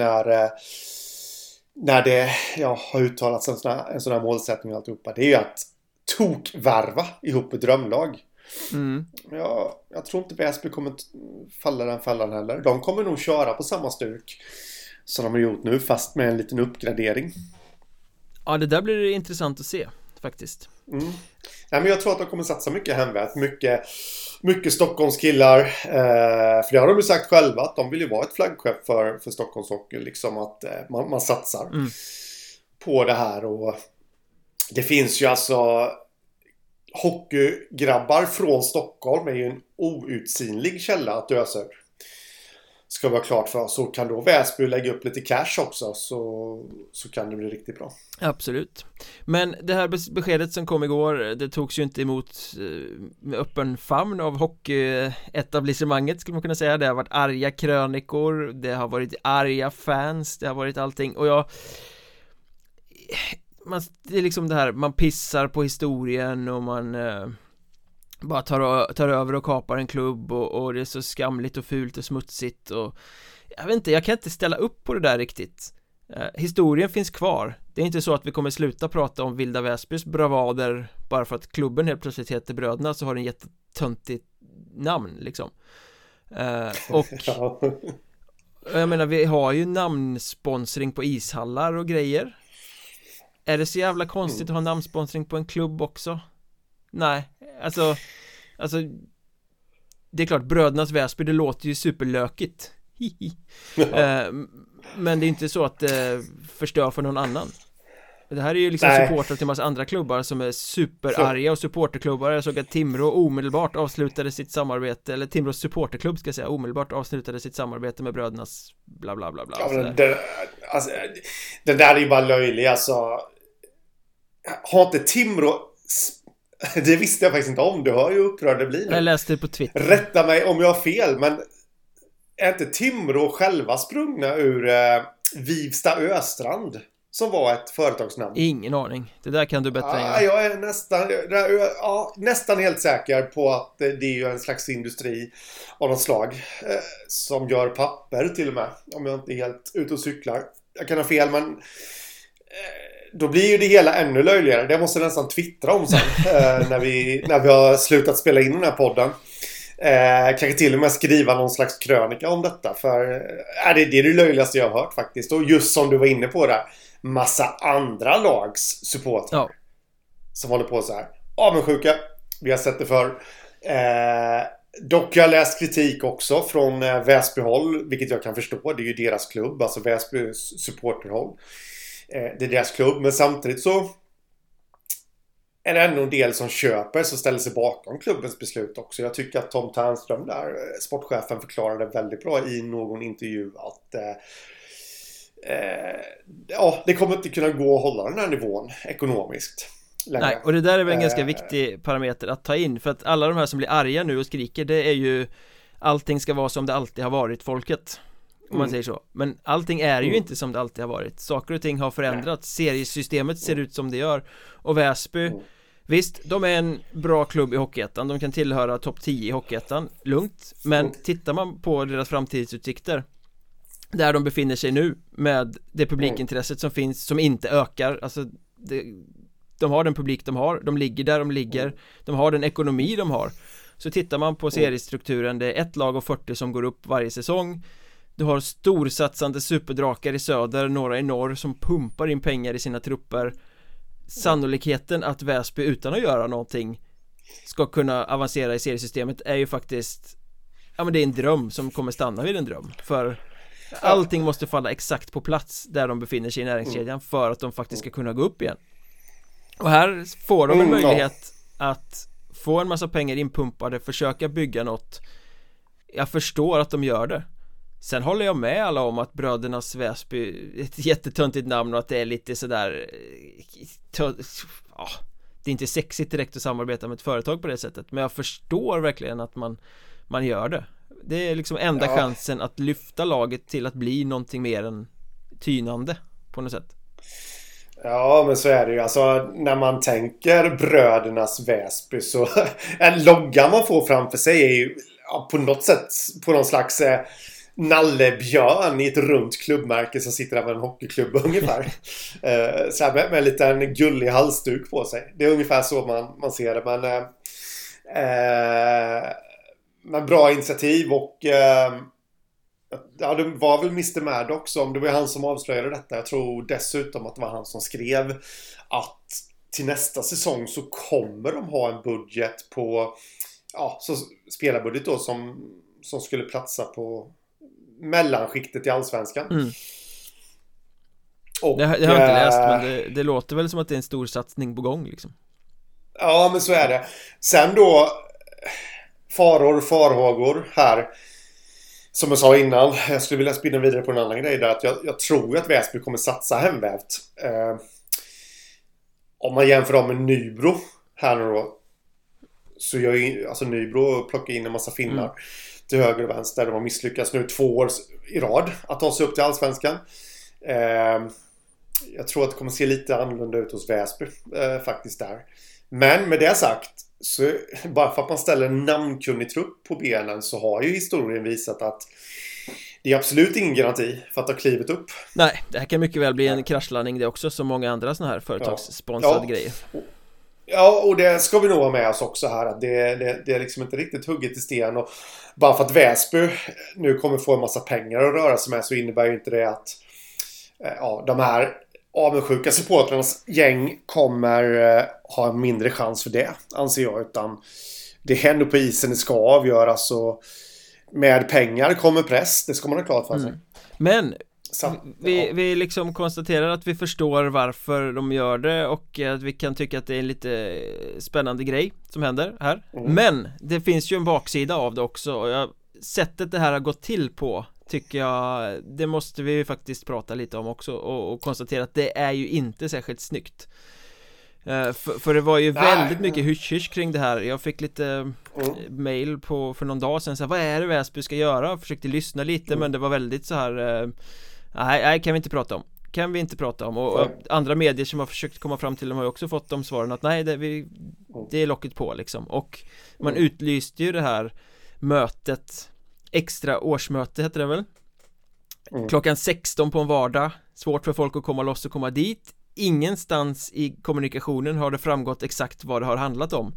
när det har uttalats en sån här målsättning och alltihopa, det är ju att tokvärva ihop ett drömlag. Jag tror inte Väsby kommer falla den fällan heller. De kommer nog köra på samma stuk som de har gjort nu, fast med en liten uppgradering. Ja, det där blir intressant att se faktiskt. Nej, men jag tror att de kommer satsa mycket hemvärt. Mycket Stockholmskillar. För det har de ju sagt själva, att de vill ju vara ett flaggskepp för Stockholms hockey. Liksom att man satsar på det här. Och det finns ju alltså hockeygrabbar från Stockholm är ju en outsinlig källa att ösa ur. Ska vara klart för. Så kan då Väsby lägga upp lite cash också, så kan det bli riktigt bra. Absolut. Men det här beskedet som kom igår, det togs ju inte emot med öppen famn av hockeyetablissemanget, skulle man kunna säga. Det har varit arga krönikor, det har varit arga fans, det har varit allting. Och det är liksom det här, man pissar på historien och man bara tar över och kapar en klubb och det är så skamligt och fult och smutsigt och jag vet inte, jag kan inte ställa upp på det där riktigt. Historien finns kvar. Det är inte så att vi kommer sluta prata om Vilda Väsbys bravader bara för att klubben helt plötsligt heter Bröderna, så har den jättetöntigt namn liksom. Och jag menar, vi har ju namnsponsring på ishallar och grejer. Är det så jävla konstigt att ha namnsponsring på en klubb också? Nej, alltså det är klart, Brödernas Väsby, det låter ju superlökigt. Men det är inte så att det förstör för någon annan. Det här är ju liksom supportrar till massa andra klubbar som är superarga och supporterklubbar. Jag såg att Timrå omedelbart avslutade sitt samarbete, eller Timrås supporterklubb ska jag säga, omedelbart avslutade sitt samarbete med Brödernas bla bla bla bla. Ja, den där är ju bara löjlig, alltså. Har inte Timrå... Det visste jag faktiskt inte om. Du hör ju upprörd det blir nu. Jag läste det på Twitter. Rätta mig om jag har fel, men är inte Timrå själva sprungna ur Vivsta Östrand? Som var ett företagsnamn. Ingen aning. Det där kan du bättre än jag. Jag är nästan helt säker på att det är ju en slags industri av något slag. Som gör papper till och med. Om jag inte är helt ute och cyklar. Jag kan ha fel, men då blir ju det hela ännu löjligare. Det måste jag nästan twittra om sen. när vi har slutat spela in den här podden. Kanske till och med skriva någon slags krönika om detta. För det är det löjligaste jag har hört faktiskt. Och just som du var inne på där. Massa andra lags supportrar som håller på så här. Avundsjuka. Vi har sett det för. Dock har jag läst kritik också från Väsbyhåll, vilket jag kan förstå. Det är ju deras klubb, alltså Väsby supporterhåll. Det är deras klubb, men samtidigt så är det ändå en del som köper, som ställer sig bakom klubbens beslut också. Jag tycker att Tom Ternström där, sportchefen, förklarade väldigt bra i någon intervju att det kommer inte kunna gå att hålla den här nivån ekonomiskt längre. Nej, och det där är väl en ganska viktig parameter att ta in. För att alla de här som blir arga nu och skriker, det är ju allting ska vara som det alltid har varit, folket. Om man säger så. Men allting är ju inte som det alltid har varit. Saker och ting har förändrats. Seriesystemet ser ut som det gör. Och Väsby, visst, de är en bra klubb i Hockeyettan. De kan tillhöra topp 10 i Hockeyettan, lugnt. Men tittar man på deras framtidsutsikter, där de befinner sig nu, med det publikintresset som finns, som inte ökar, alltså de har den publik de har, de ligger där de ligger, de har den ekonomi de har. Så tittar man på seriestrukturen, det är ett lag av 40 som går upp varje säsong. Du har storsatsande superdrakar i söder, några i norr som pumpar in pengar i sina trupper. Sannolikheten att Väsby utan att göra någonting ska kunna avancera i seriesystemet är ju faktiskt, men det är en dröm som kommer stanna vid en dröm. För allting måste falla exakt på plats där de befinner sig i näringskedjan för att de faktiskt ska kunna gå upp igen. Och här får de en möjlighet att få en massa pengar inpumpade, försöka bygga något. Jag förstår att de gör det. Sen håller jag med alla om att Brödernas Väsby är ett jättetöntigt namn och att det är lite sådär det är inte sexigt direkt att samarbeta med ett företag på det sättet. Men jag förstår verkligen att man gör det. Det är liksom enda chansen att lyfta laget till att bli någonting mer än tynande på något sätt. Ja, men så är det ju. Alltså, när man tänker Brödernas Väsby så en logga man får framför sig är ju på något sätt på någon slags nallebjörn i ett runt klubbmärke som sitter där med en hockeyklubb ungefär. Så här med en liten gullig halsduk på sig. Det är ungefär så man ser det. Men bra initiativ och det var väl Mr. Maddox som, det var han som avslöjade detta. Jag tror dessutom att det var han som skrev att till nästa säsong så kommer de ha en budget på så spelarbudget då som skulle platsa på mellanskiktet i Allsvenskan. Och, det har jag inte läst, men det låter väl som att det är en stor satsning på gång liksom. Ja, men så är det. Sen då farhågor här. Som jag sa innan, jag skulle vilja spinna vidare på en annan grej där, att jag tror att Väsby kommer satsa hemvävt. Om man jämför dem med Nybro här nu då, så gör ju alltså Nybro plockar in en massa finnar till höger och vänster. De har misslyckats nu 2 år i rad att ta sig upp till Allsvenskan. Jag tror att det kommer se lite annorlunda ut hos Väsby faktiskt där. Men med det sagt, så bara för att man ställer en namnkunnig trupp på benen så har ju historien visat att det är absolut ingen garanti för att ta klivet upp. Nej, det här kan mycket väl bli en kraschlandning det också, som många andra såna här företagssponsrade grejer. Ja, och det ska vi nog ha med oss också här, att det är liksom inte riktigt hugget i sten. Och bara för att Väsby nu kommer få en massa pengar att röra sig med, så innebär ju inte det att de här avundsjuka supportrarnas gäng kommer ha en mindre chans för det, anser jag. Utan det är ändå på isen det ska avgöras, och med pengar kommer press, det ska man ha klart för sig. Men vi liksom konstaterar att vi förstår varför de gör det, och att vi kan tycka att det är en lite spännande grej som händer här. Men det finns ju en baksida av det också, och sättet det här har gått till på, tycker jag, det måste vi faktiskt prata lite om också, och konstatera att det är ju inte särskilt snyggt. För det var ju väldigt mycket hysch kring det här. Jag fick lite mail för någon dag sedan så här, vad är det Väsby ska göra? Jag försökte lyssna lite men det var väldigt så här nej, kan vi inte prata om och andra medier som har försökt komma fram till dem har ju också fått de svaren att nej, det är locket på liksom. Och man utlyste ju det här mötet, extra årsmöte heter det väl, klockan 16 på en vardag. Svårt för folk att komma loss och komma dit. Ingenstans i kommunikationen har det framgått exakt vad det har handlat om,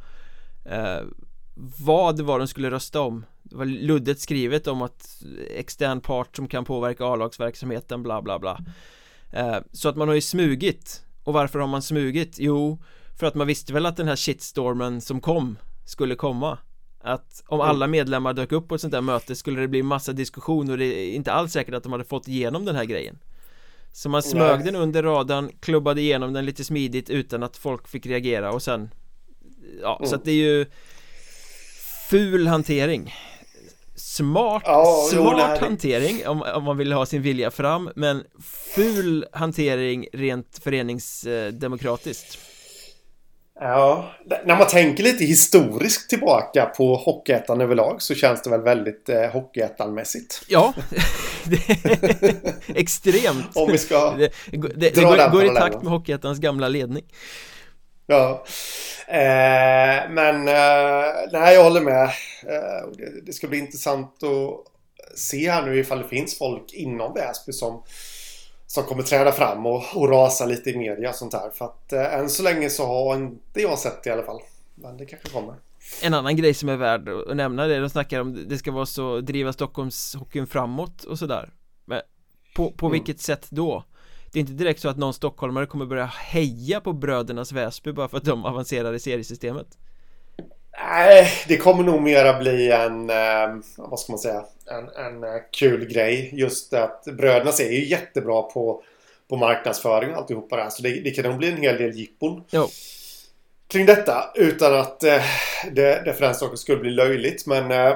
vad det var de skulle rösta om. Det var luddigt skrivet om att extern part som kan påverka A-lagsverksamheten bla bla bla. Så att man har ju smugit. Och varför har man smugit? Jo, för att man visste väl att den här shitstormen som skulle komma. Att om alla medlemmar dök upp på ett sånt där möte skulle det bli massa diskussion och det är inte alls säkert att de hade fått igenom den här grejen. Så man smög den under radarn, klubbade igenom den lite smidigt utan att folk fick reagera och sen så att det är ju ful hantering. Smart hantering om man vill ha sin vilja fram, men ful hantering rent föreningsdemokratiskt. Ja, när man tänker lite historiskt tillbaka på Hockeyettan överlag så känns det väl väldigt Hockeyettan-mässigt. Ja, extremt. Om vi ska det går i takt med Hockeyettans gamla ledning. Ja, men nej, jag håller med. Det ska bli intressant att se här nu ifall det finns folk inom Väsby som kommer träda fram och rasa lite i media och sånt här. För att än så länge så har inte jag sett det i alla fall. Men det kanske kommer. En annan grej som är värd att nämna det, de snackar om det ska vara så, driva Stockholms hockeyn framåt och sådär. Men på vilket sätt då? Det är inte direkt så att någon stockholmare kommer börja heja på brödernas Väsby bara för att de avancerar i seriesystemet. Nej, det kommer nog mera bli en vad ska man säga, en kul grej. Just att brödernas är ju jättebra på marknadsföring och alltihopa där. Så det kan nog bli en hel del jippon kring detta utan att det för den saken skulle bli löjligt. Men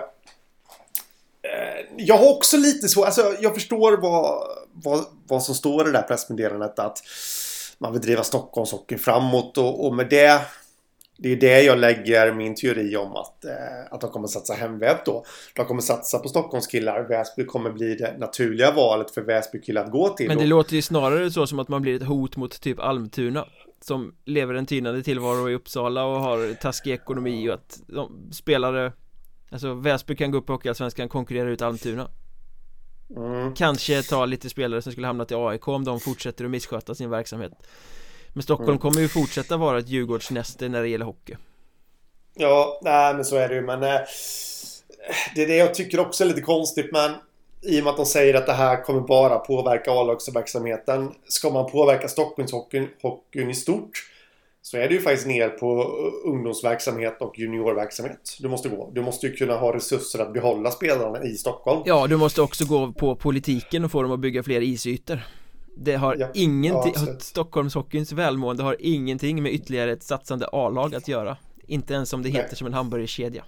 jag har också lite så, alltså jag förstår vad som står i det där pressmeddelandet, att man vill driva Stockholms hockey framåt och med det är det jag lägger min teori om att de kommer satsa hemväv då. De kommer satsa på Stockholms killar. Väsby kommer bli det naturliga valet för Väsby killar att gå till. Men det låter ju snarare så som att man blir ett hot mot typ Almtuna som lever en tynande tillvaro i Uppsala och har taskig ekonomi och att de spelare, alltså Väsby kan gå upp på Hockeyallsvenskan, konkurrera ut Almtuna. Kanske ta lite spelare som skulle hamna till AIK om de fortsätter att missköta sin verksamhet. Men Stockholm kommer ju fortsätta vara ett Djurgårdsnäste när det gäller hockey. Ja, nej men så är det ju. Men det är det jag tycker också är lite konstigt. Men i och med att de säger att det här kommer bara påverka A-lagsverksamheten, ska man påverka Stockholms hockeyn i stort, så är det ju faktiskt ner på ungdomsverksamhet och juniorverksamhet. Du måste ju kunna ha resurser att behålla spelarna i Stockholm. Ja, du måste också gå på politiken och få dem att bygga fler isytor. Det har ingenting, Stockholms hockeyns välmående har ingenting med ytterligare ett satsande A-lag att göra. Inte ens om det heter som en hamburgerkedja.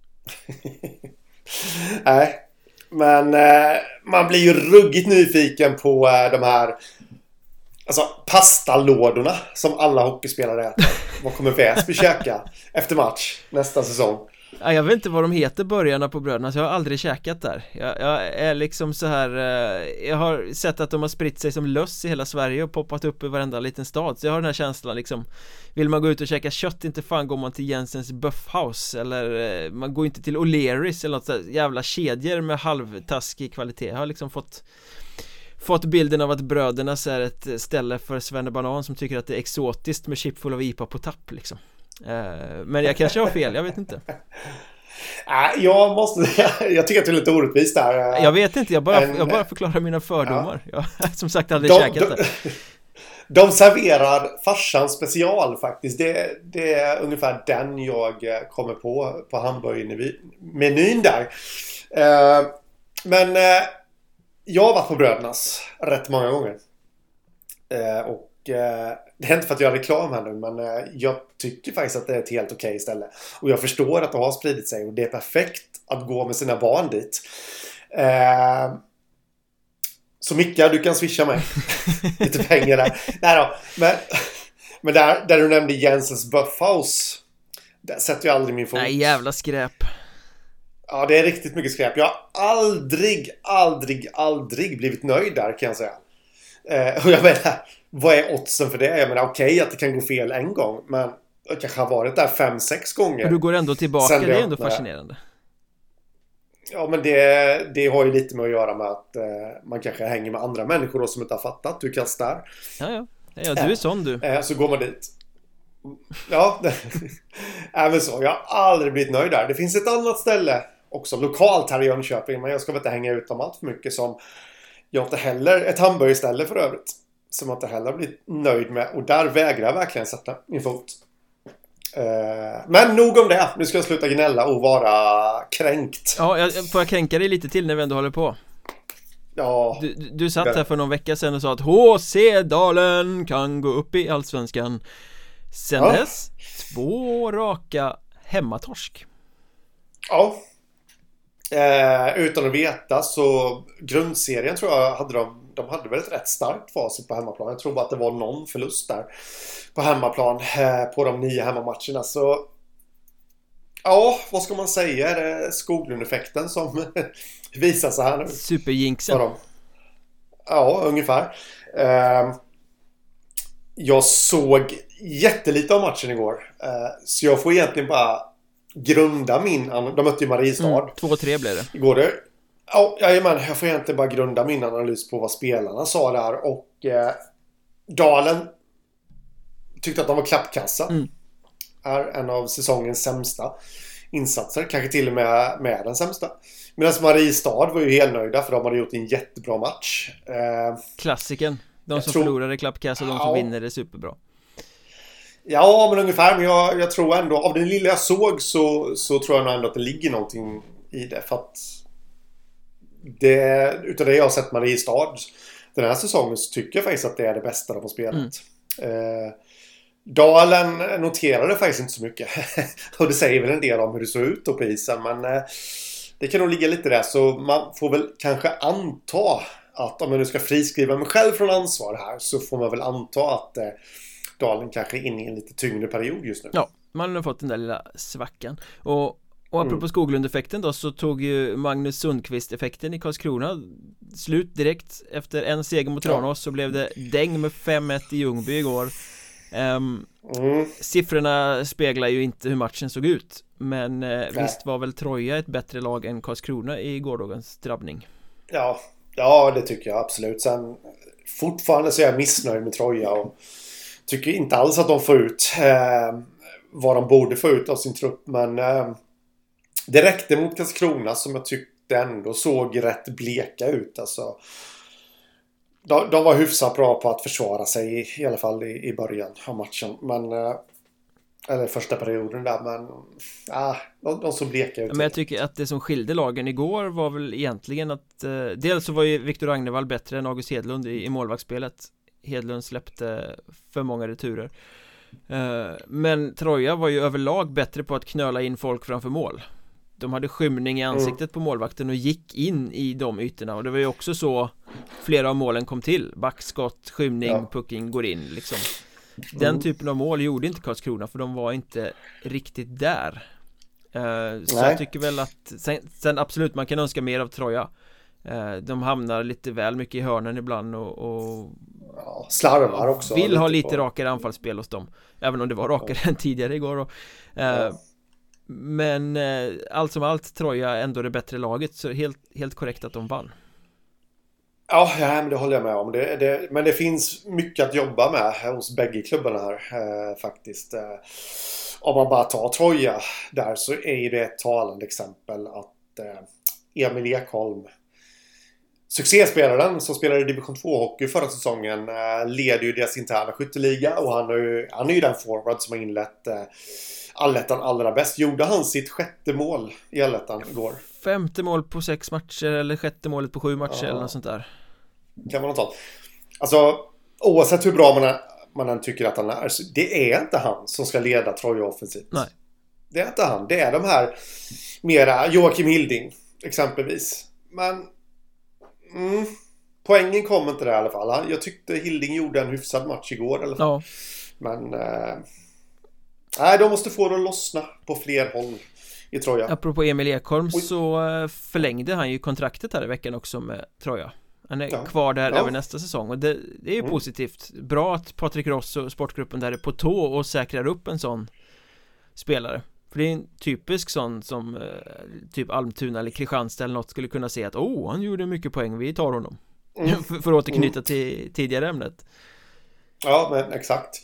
Nej, men man blir ju ruggigt nyfiken på de här pastalådorna som alla hockeyspelare äter. Vad kommer Väsby käka efter match nästa säsong? Ja, jag vet inte vad de heter, börjarna på bröderna, så jag har aldrig käkat där. Jag är liksom så här, jag har sett att de har spritt sig som löss i hela Sverige och poppat upp i varenda liten stad. Så jag har den här känslan liksom, vill man gå ut och käka kött, inte fan går man till Jensens Buffhouse, eller man går inte till O'Learys eller något så jävla kedjor med halvtaskig kvalitet. Jag har liksom fått bilden av att brödernas är ett ställe för Svennebanan som tycker att det är exotiskt med chip full av IPA på tapp liksom. Men jag kanske har fel, jag vet inte. Jag tycker att det är lite orättvist där. Jag vet inte, jag bara förklarar mina fördomar. Jag har som sagt aldrig käkat det. De serverar farsan special faktiskt. Det är ungefär den jag kommer på hamburgermenyn där. Men jag har varit på brödernas rätt många gånger. Och det är inte för att göra reklam här nu, men jag tycker faktiskt att det är ett helt okej ställe. Och jag förstår att det har spridit sig och det är perfekt att gå med sina barn dit. Så Micka, du kan swisha mig lite pengar där. Nej då, Men där du nämnde Jensens Buffhouse, där sätter jag aldrig min fot. Nej, jävla skräp. Ja, det är riktigt mycket skräp. Jag har aldrig blivit nöjd där, kan jag säga. Och jag menar, vad är oddsen för det? Jag menar, okej att det kan gå fel en gång, men det kanske har varit där 5-6 gånger. Och du går ändå tillbaka, det är ändå fascinerande. Ja, men det har ju lite med att göra med att man kanske hänger med andra människor då, som inte har fattat. Du kastar. Ja, du är sån du. Så går man dit. Ja, även så. Jag har aldrig blivit nöjd där. Det finns ett annat ställe också, lokalt här i Jönköping, men jag ska väl inte hänga ut dem allt för mycket, som jag inte heller, ett hamburgerställe för övrigt, som jag inte heller blivit nöjd med, och där vägrar jag verkligen sätta min fot. Men nog om det. Nu ska jag sluta gnälla och vara kränkt. Ja, får jag kränka dig lite till när vi ändå håller på? Ja. Du satt här för någon vecka sedan och sa att HC Dalen kan gå upp i Allsvenskan. Sen dess 2 raka hemmatorsk. Ja. Utan att veta, så grundserien tror jag hade de hade väl ett rätt starkt facit på hemmaplan. Jag tror bara att det var någon förlust där på hemmaplan på de 9 hemmamatcherna. Så ja, vad ska man säga? Är det Skoglund-effekten som visar sig här nu? Superjinxen. Ja, ungefär. Jag såg jättelite av matchen igår. Så jag får egentligen bara grunda min... De mötte ju Mariestad. 2-3 blev det. Igår det. Ja, jajamän, jag får egentligen bara grunda min analys på vad spelarna sa där. Och Dalen tyckte att de var klappkassa. Är en av säsongens sämsta insatser. Kanske till och med den sämsta. Medan Mariestad var ju helt nöjda, för de hade gjort en jättebra match. Klassiken. De som förlorade klappkassa och de som vinner är superbra. Ja, men ungefär. Men jag tror ändå, av den lilla jag såg så tror jag nog ändå att det ligger någonting i det. För att utav det jag har sett Mariestad den här säsongen, så tycker jag faktiskt att det är det bästa de har spelat. Dalen noterade faktiskt inte så mycket. Och det säger väl en del om hur det såg ut på isen. Men det kan nog ligga lite där. Så man får väl kanske anta att, om jag nu ska friskriva mig själv från ansvar här, så får man väl anta att Dalen kanske är inne i en lite tyngre period just nu. Ja, man har fått den där lilla svackan. Och apropå Skoglund-effekten då, så tog ju Magnus Sundqvist-effekten i Karlskrona slut direkt. Efter en seger mot Tranås så blev det däng med 5-1 i Ljungby igår. Siffrorna speglar ju inte hur matchen såg ut, men visst var väl Troja ett bättre lag än Karlskrona i gårdagens drabbning. Ja, det tycker jag absolut. Sen fortfarande så är jag missnöjd med Troja och tycker inte alls att de får ut vad de borde få ut av sin trupp. Men det räckte mot Karlskrona, som jag tyckte ändå såg rätt bleka ut. Alltså, de var hyfsat bra på att försvara sig, i alla fall i början av matchen. Men eller första perioden där. Men de såg bleka ut. Men jag tycker att det som skilde lagen igår var väl egentligen att dels så var ju Viktor Agnevall bättre än August Hedlund i målvaktsspelet. Hedlund släppte för många returer. Men Troja var ju överlag bättre på att knöla in folk framför mål. De hade skymning i ansiktet på målvakten och gick in i de ytorna. Och det var ju också så flera av målen kom till. Backskott, skymning, pucking går in liksom. Den typen av mål gjorde inte Karlskrona, för de var inte riktigt där. Så jag tycker väl att sen absolut, man kan önska mer av Troja. De hamnar lite väl mycket i hörnen ibland och slarvar också. Vill ha lite rakare anfallsspel hos dem, även om det var rakare än tidigare igår. Men allt som allt, Troja ändå det bättre laget, så helt korrekt att de vann. Ja, men det håller jag med om. Men det finns mycket att jobba med hos bägge klubbarna här faktiskt. Om man bara tar Troja där, så är det ett talande exempel att Emil Ekholm, succéspelaren som spelade i division 2-hockey förra säsongen, leder ju deras interna skytteliga, och han är ju den forward som har inlett Allettan allra bäst. Gjorde han sitt 6:e mål i Allettan igår? 5:e mål på 6 matcher, eller 6:e målet på 7 matcher eller något sånt där. Kan man ta. Alltså, oavsett hur bra man än tycker att han är, så det är inte han som ska leda Troja offensivt. Nej. Det är inte han. Det är de här mera Joakim Hilding exempelvis. Men poängen kom inte där i alla fall. Jag tyckte Hilding gjorde en hyfsad match igår i alla fall. Men nej, de måste få det att lossna på fler håll i Troja. Apropå Emil Ekholm så förlängde han ju kontraktet här i veckan också med Troja. Han är kvar där över nästa säsong. Och det är ju positivt. Bra att Patrik Ross och sportgruppen där är på tå och säkrar upp en sån spelare. För det är en typisk sån som typ Almtuna eller Kristianstad eller något skulle kunna se att han gjorde mycket poäng, vi tar honom. För att återknyta till tidigare ämnet. Ja, men exakt.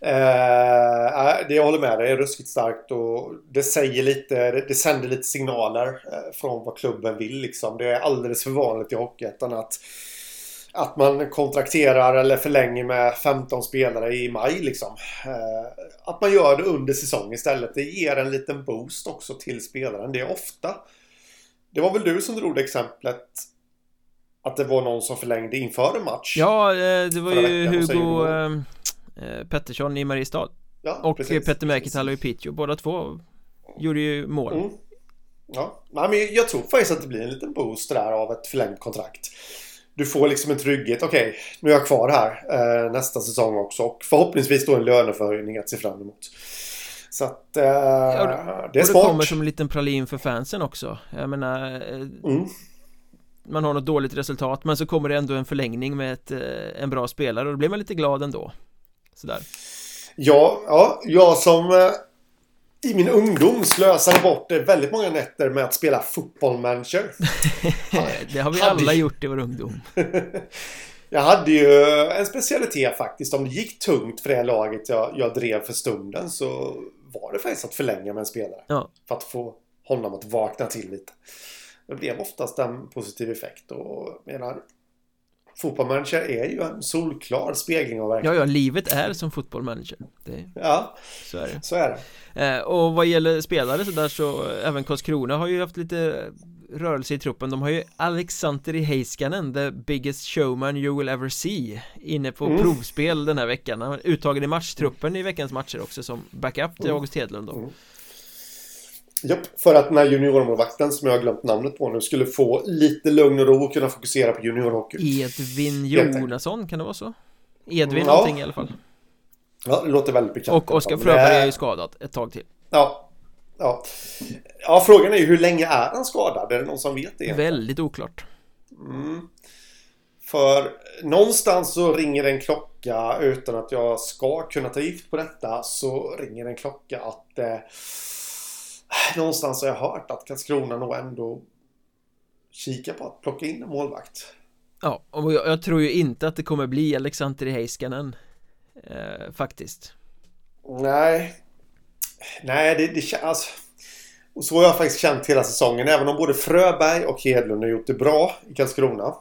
Det jag håller med dig är ruskigt starkt och det säger lite, det sänder lite signaler från vad klubben vill liksom. Det är alldeles för vanligt i Hockeyettan att man kontrakterar eller förlänger med 15 spelare i maj liksom. Att man gör det under säsong istället. Det ger en liten boost också till spelaren. Det är ofta. Det var väl du som drog det exemplet att det var någon som förlängde inför en match. Ja, det var ju Hugo Pettersson i Mariestad. Ja, och precis, Petter Mäkitalo i Piteå. Båda två gjorde ju mål. Ja, men jag tror faktiskt att det blir en liten boost där av ett förlängt kontrakt. Du får liksom en trygghet. Okej, nu är jag kvar här nästa säsong också. Och förhoppningsvis då en löneförhöjning att se fram emot. Så att det är smart. Det kommer som en liten pralin för fansen också. Jag menar, man har något dåligt resultat, men så kommer det ändå en förlängning med en bra spelare och då blir man lite glad ändå. Sådär. Ja, jag som i min ungdom slösade bort väldigt många nätter med att spela Football Manager. Det har vi alla gjort i vår ungdom. Jag hade ju en specialitet faktiskt. Om det gick tungt för det laget jag drev för stunden så var det faktiskt att förlänga med en spelare. Ja. För att få honom att vakna till lite. Det blev oftast en positiv effekt. Och menar, Football Manager är ju en solklar spegling av verkligheten. Ja, livet är som Football Manager. Ja, så är det. Och vad gäller spelare så där så även Karlskrona har ju haft lite rörelse i truppen. De har ju Alexander Heiskanen, the biggest showman you will ever see, inne på provspel den här veckan. Han var uttagen i matchtruppen i veckans matcher också som backup till August Hedlund då. Japp, för att den här juniormålvakten som jag har glömt namnet på nu skulle få lite lugn och ro och kunna fokusera på juniorhockey. Edvin Jonasson, kan det vara så? Edvin någonting i alla fall. Ja, det låter väldigt bekant. Och Oskar Fröberg är ju skadad ett tag till. Ja, frågan är ju hur länge är han skadad? Är det någon som vet det? Väldigt oklart. För någonstans så ringer en klocka, utan att jag ska kunna ta gift på detta, så ringer en klocka att någonstans har jag hört att Karlskrona nog ändå kika på att plocka in en målvakt. Ja, och jag tror ju inte att det kommer bli Alexander Heiskanen faktiskt. Nej, det känns alltså, och så har jag faktiskt känt hela säsongen. Även om både Fröberg och Hedlund har gjort det bra i Karlskrona,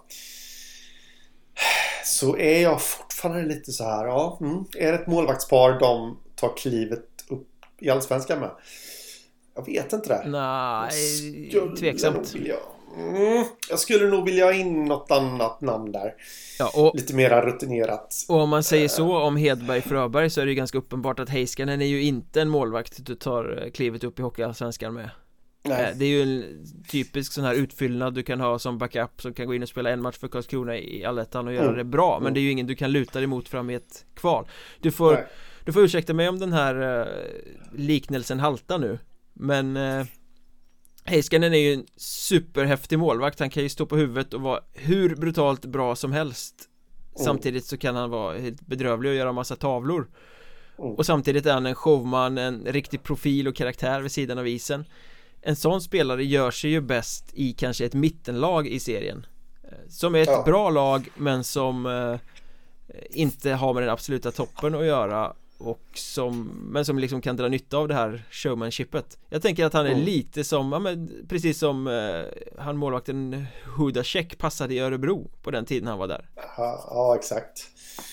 så är jag fortfarande lite så här. Är det ett målvaktspar de tar klivet upp i Allsvenskan med? Jag vet inte det. Nej, tveksamt. Jag skulle nog vilja ha in något annat namn där. Ja, lite mer rutinerat. Och om man säger så om Hedberg Fröberg, så är det ju ganska uppenbart att Heiskanen är ju inte en målvakt du tar klivet upp i Hockeyallsvenskan med. Nej. Det är ju en typisk sån här utfyllnad du kan ha som backup, som kan gå in och spela en match för Karlskrona i Allettan och göra det bra. Men det är ju ingen du kan luta dig mot fram i ett kval. Du får ursäkta mig om den här liknelsen haltar nu. Men Heiskanen är ju en superhäftig målvakt. Han kan ju stå på huvudet och vara hur brutalt bra som helst. Samtidigt så kan han vara helt bedrövlig och göra massa tavlor. Och samtidigt är han en showman, en riktig profil och karaktär vid sidan av isen. En sån spelare gör sig ju bäst i kanske ett mittenlag i serien, som är ett bra lag, men som inte har med den absoluta toppen att göra, och men som liksom kan dra nytta av det här showmanshipet. Jag tänker att han är lite som, precis som han målvakten Huda Check passade i Örebro på den tiden han var där. Ja, exakt.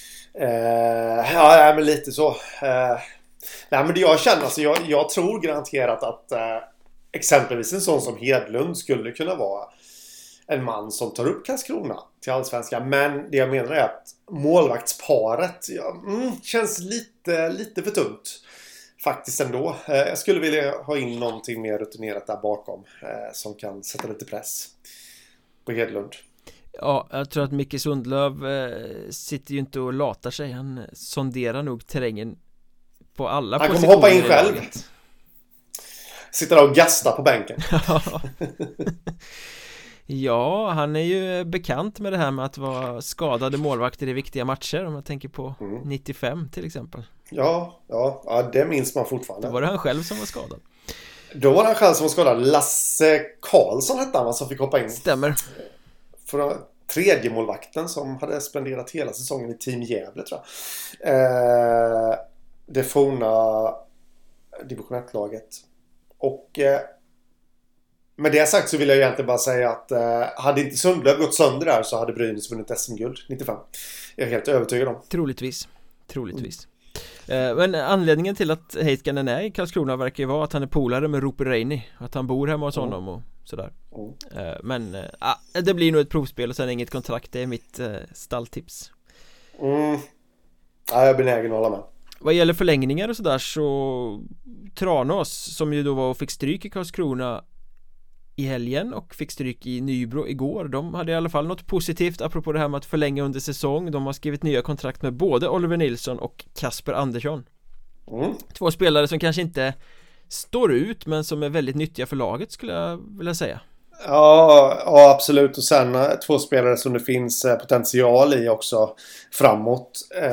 Ja, men lite så. Nej, men det jag känner, alltså, jag tror garanterat att exempelvis en sån som Hedlund skulle kunna vara en man som tar upp Karlskrona till Allsvenskan. Men det jag menar är att målvaktsparet känns lite för tunt faktiskt ändå. Jag skulle vilja ha in någonting mer rutinerat där bakom som kan sätta lite press på Hedlund. Ja, jag tror att Micke Sundlöv sitter ju inte och latar sig. Han sonderar nog terrängen på alla han positioner. Han kommer hoppa in själv. Sitter där och gastar på bänken. Ja, han är ju bekant med det här med att vara skadade målvakter i viktiga matcher. Om man tänker på 95 till exempel. Ja, det minns man fortfarande. Då var det han själv som var skadad. Då var det han själv som var skadad. Lasse Karlsson hette han, som fick hoppa in. Stämmer. För tredje målvakten som hade spenderat hela säsongen i Team Gävle, tror jag. Det forna division 1-laget. Och med det sagt så vill jag egentligen bara säga att hade inte Sundlöv gått sönder där så hade Brynäs vunnit SM-guld 95. Jag är helt övertygad om. Troligtvis. Men anledningen till att Heiskanen är i Karlskrona verkar ju vara att han är polare med Roope Reini, att han bor hemma hos honom och sådär. Men det blir nog ett provspel och sen inget kontrakt. Det är mitt stalltips. Ja, jag är benägen att hålla med. Vad gäller förlängningar och sådär, så Tranås, som ju då var och fick stryk i Karlskrona i helgen och fick stryk i Nybro igår, de hade i alla fall något positivt apropå det här med att förlänga under säsong. De har skrivit nya kontrakt med både Oliver Nilsson och Kasper Andersson. Två spelare som kanske inte står ut, men som är väldigt nyttiga för laget, skulle jag vilja säga. Ja, absolut. Och sen två spelare som det finns potential i också framåt.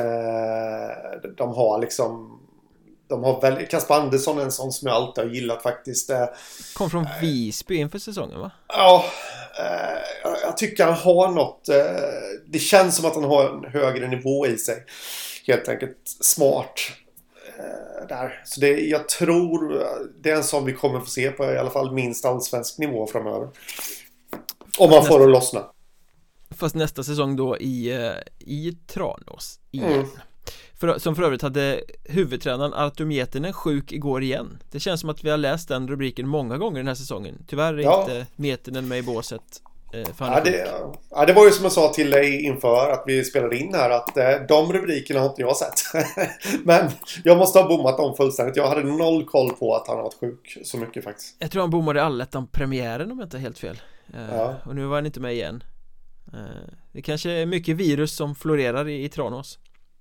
De har väl Kasper Andersson, en sån som jag alltid har gillat faktiskt. Kom från Visby inför säsongen, va? Ja, jag tycker han har något. Det känns som att han har en högre nivå i sig. Helt enkelt smart där. Så jag tror det är en sån vi kommer få se på i alla fall minst allsvensk nivå framöver. Om man får att lossna. Fast nästa säsong då i Tranås igen. Som för övrigt hade huvudtränaren Artur Miettinen sjuk igår igen. Det känns som att vi har läst den rubriken många gånger den här säsongen. Tyvärr är inte Miettinen med i båset. Det var ju som jag sa till dig inför att vi spelade in här, att de rubrikerna har inte jag sett. Men jag måste ha bommat dem fullständigt. Jag hade noll koll på att han har varit sjuk så mycket faktiskt. Jag tror han bommade Allettan-premiären om jag inte är helt fel. Och nu var han inte med igen. Det kanske är mycket virus som florerar i Tranås.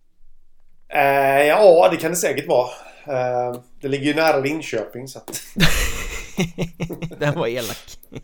Ja, det kan det säkert vara. Det ligger ju nära Linköping så att... Den var elak.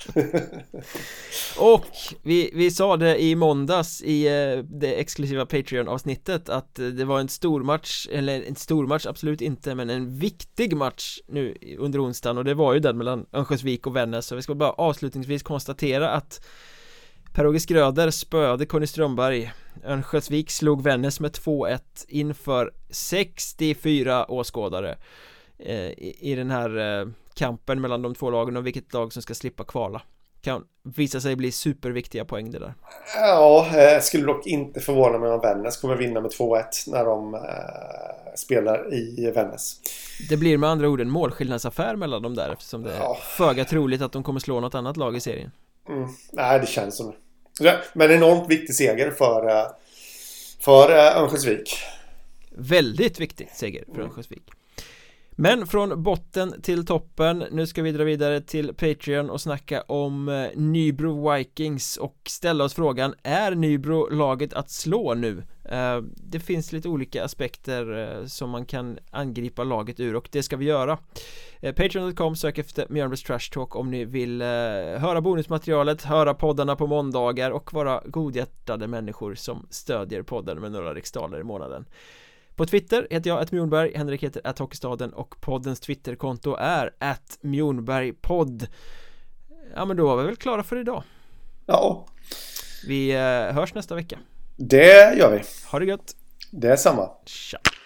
Och vi sa det i måndags i det exklusiva Patreon-avsnittet att det var en stormatch, eller en stormatch absolut inte, men en viktig match nu under onsdagen, och det var ju den mellan Örnsköldsvik och Vännäs. Så vi ska bara avslutningsvis konstatera att Per-Åge Skröder spöade Conny Strömberg. Örnsköldsvik slog Vännäs med 2-1 inför 64 åskådare i den här kampen mellan de två lagen om vilket lag som ska slippa kvala. Kan visa sig bli superviktiga poäng det där. Ja, skulle dock inte förvåna mig om Vännäs kommer vinna med 2-1 när de spelar i Vännäs. Det blir med andra ord en målskillnadsaffär mellan dem där, eftersom det är föga troligt att de kommer slå något annat lag i serien. Nej, det känns som det. Men enormt viktig seger för Örnsköldsvik. Väldigt viktig seger för Örnsköldsvik. Men från botten till toppen, nu ska vi dra vidare till Patreon och snacka om Nybro Vikings och ställa oss frågan, är Nybro laget att slå nu? Det finns lite olika aspekter som man kan angripa laget ur, och det ska vi göra. Patreon.com, sök efter Mjölnbergs Trash Talk om ni vill höra bonusmaterialet, höra poddarna på måndagar och vara godhjärtade människor som stödjer podden med några riksdaler i månaden. På Twitter heter jag @Mjornberg, Henrik heter @Hockeystaden och poddens Twitterkonto är @Mjornbergpodd. Ja, men då var vi väl klara för idag. Ja. Vi hörs nästa vecka. Det gör vi. Ha det gött. Det är samma. Tja.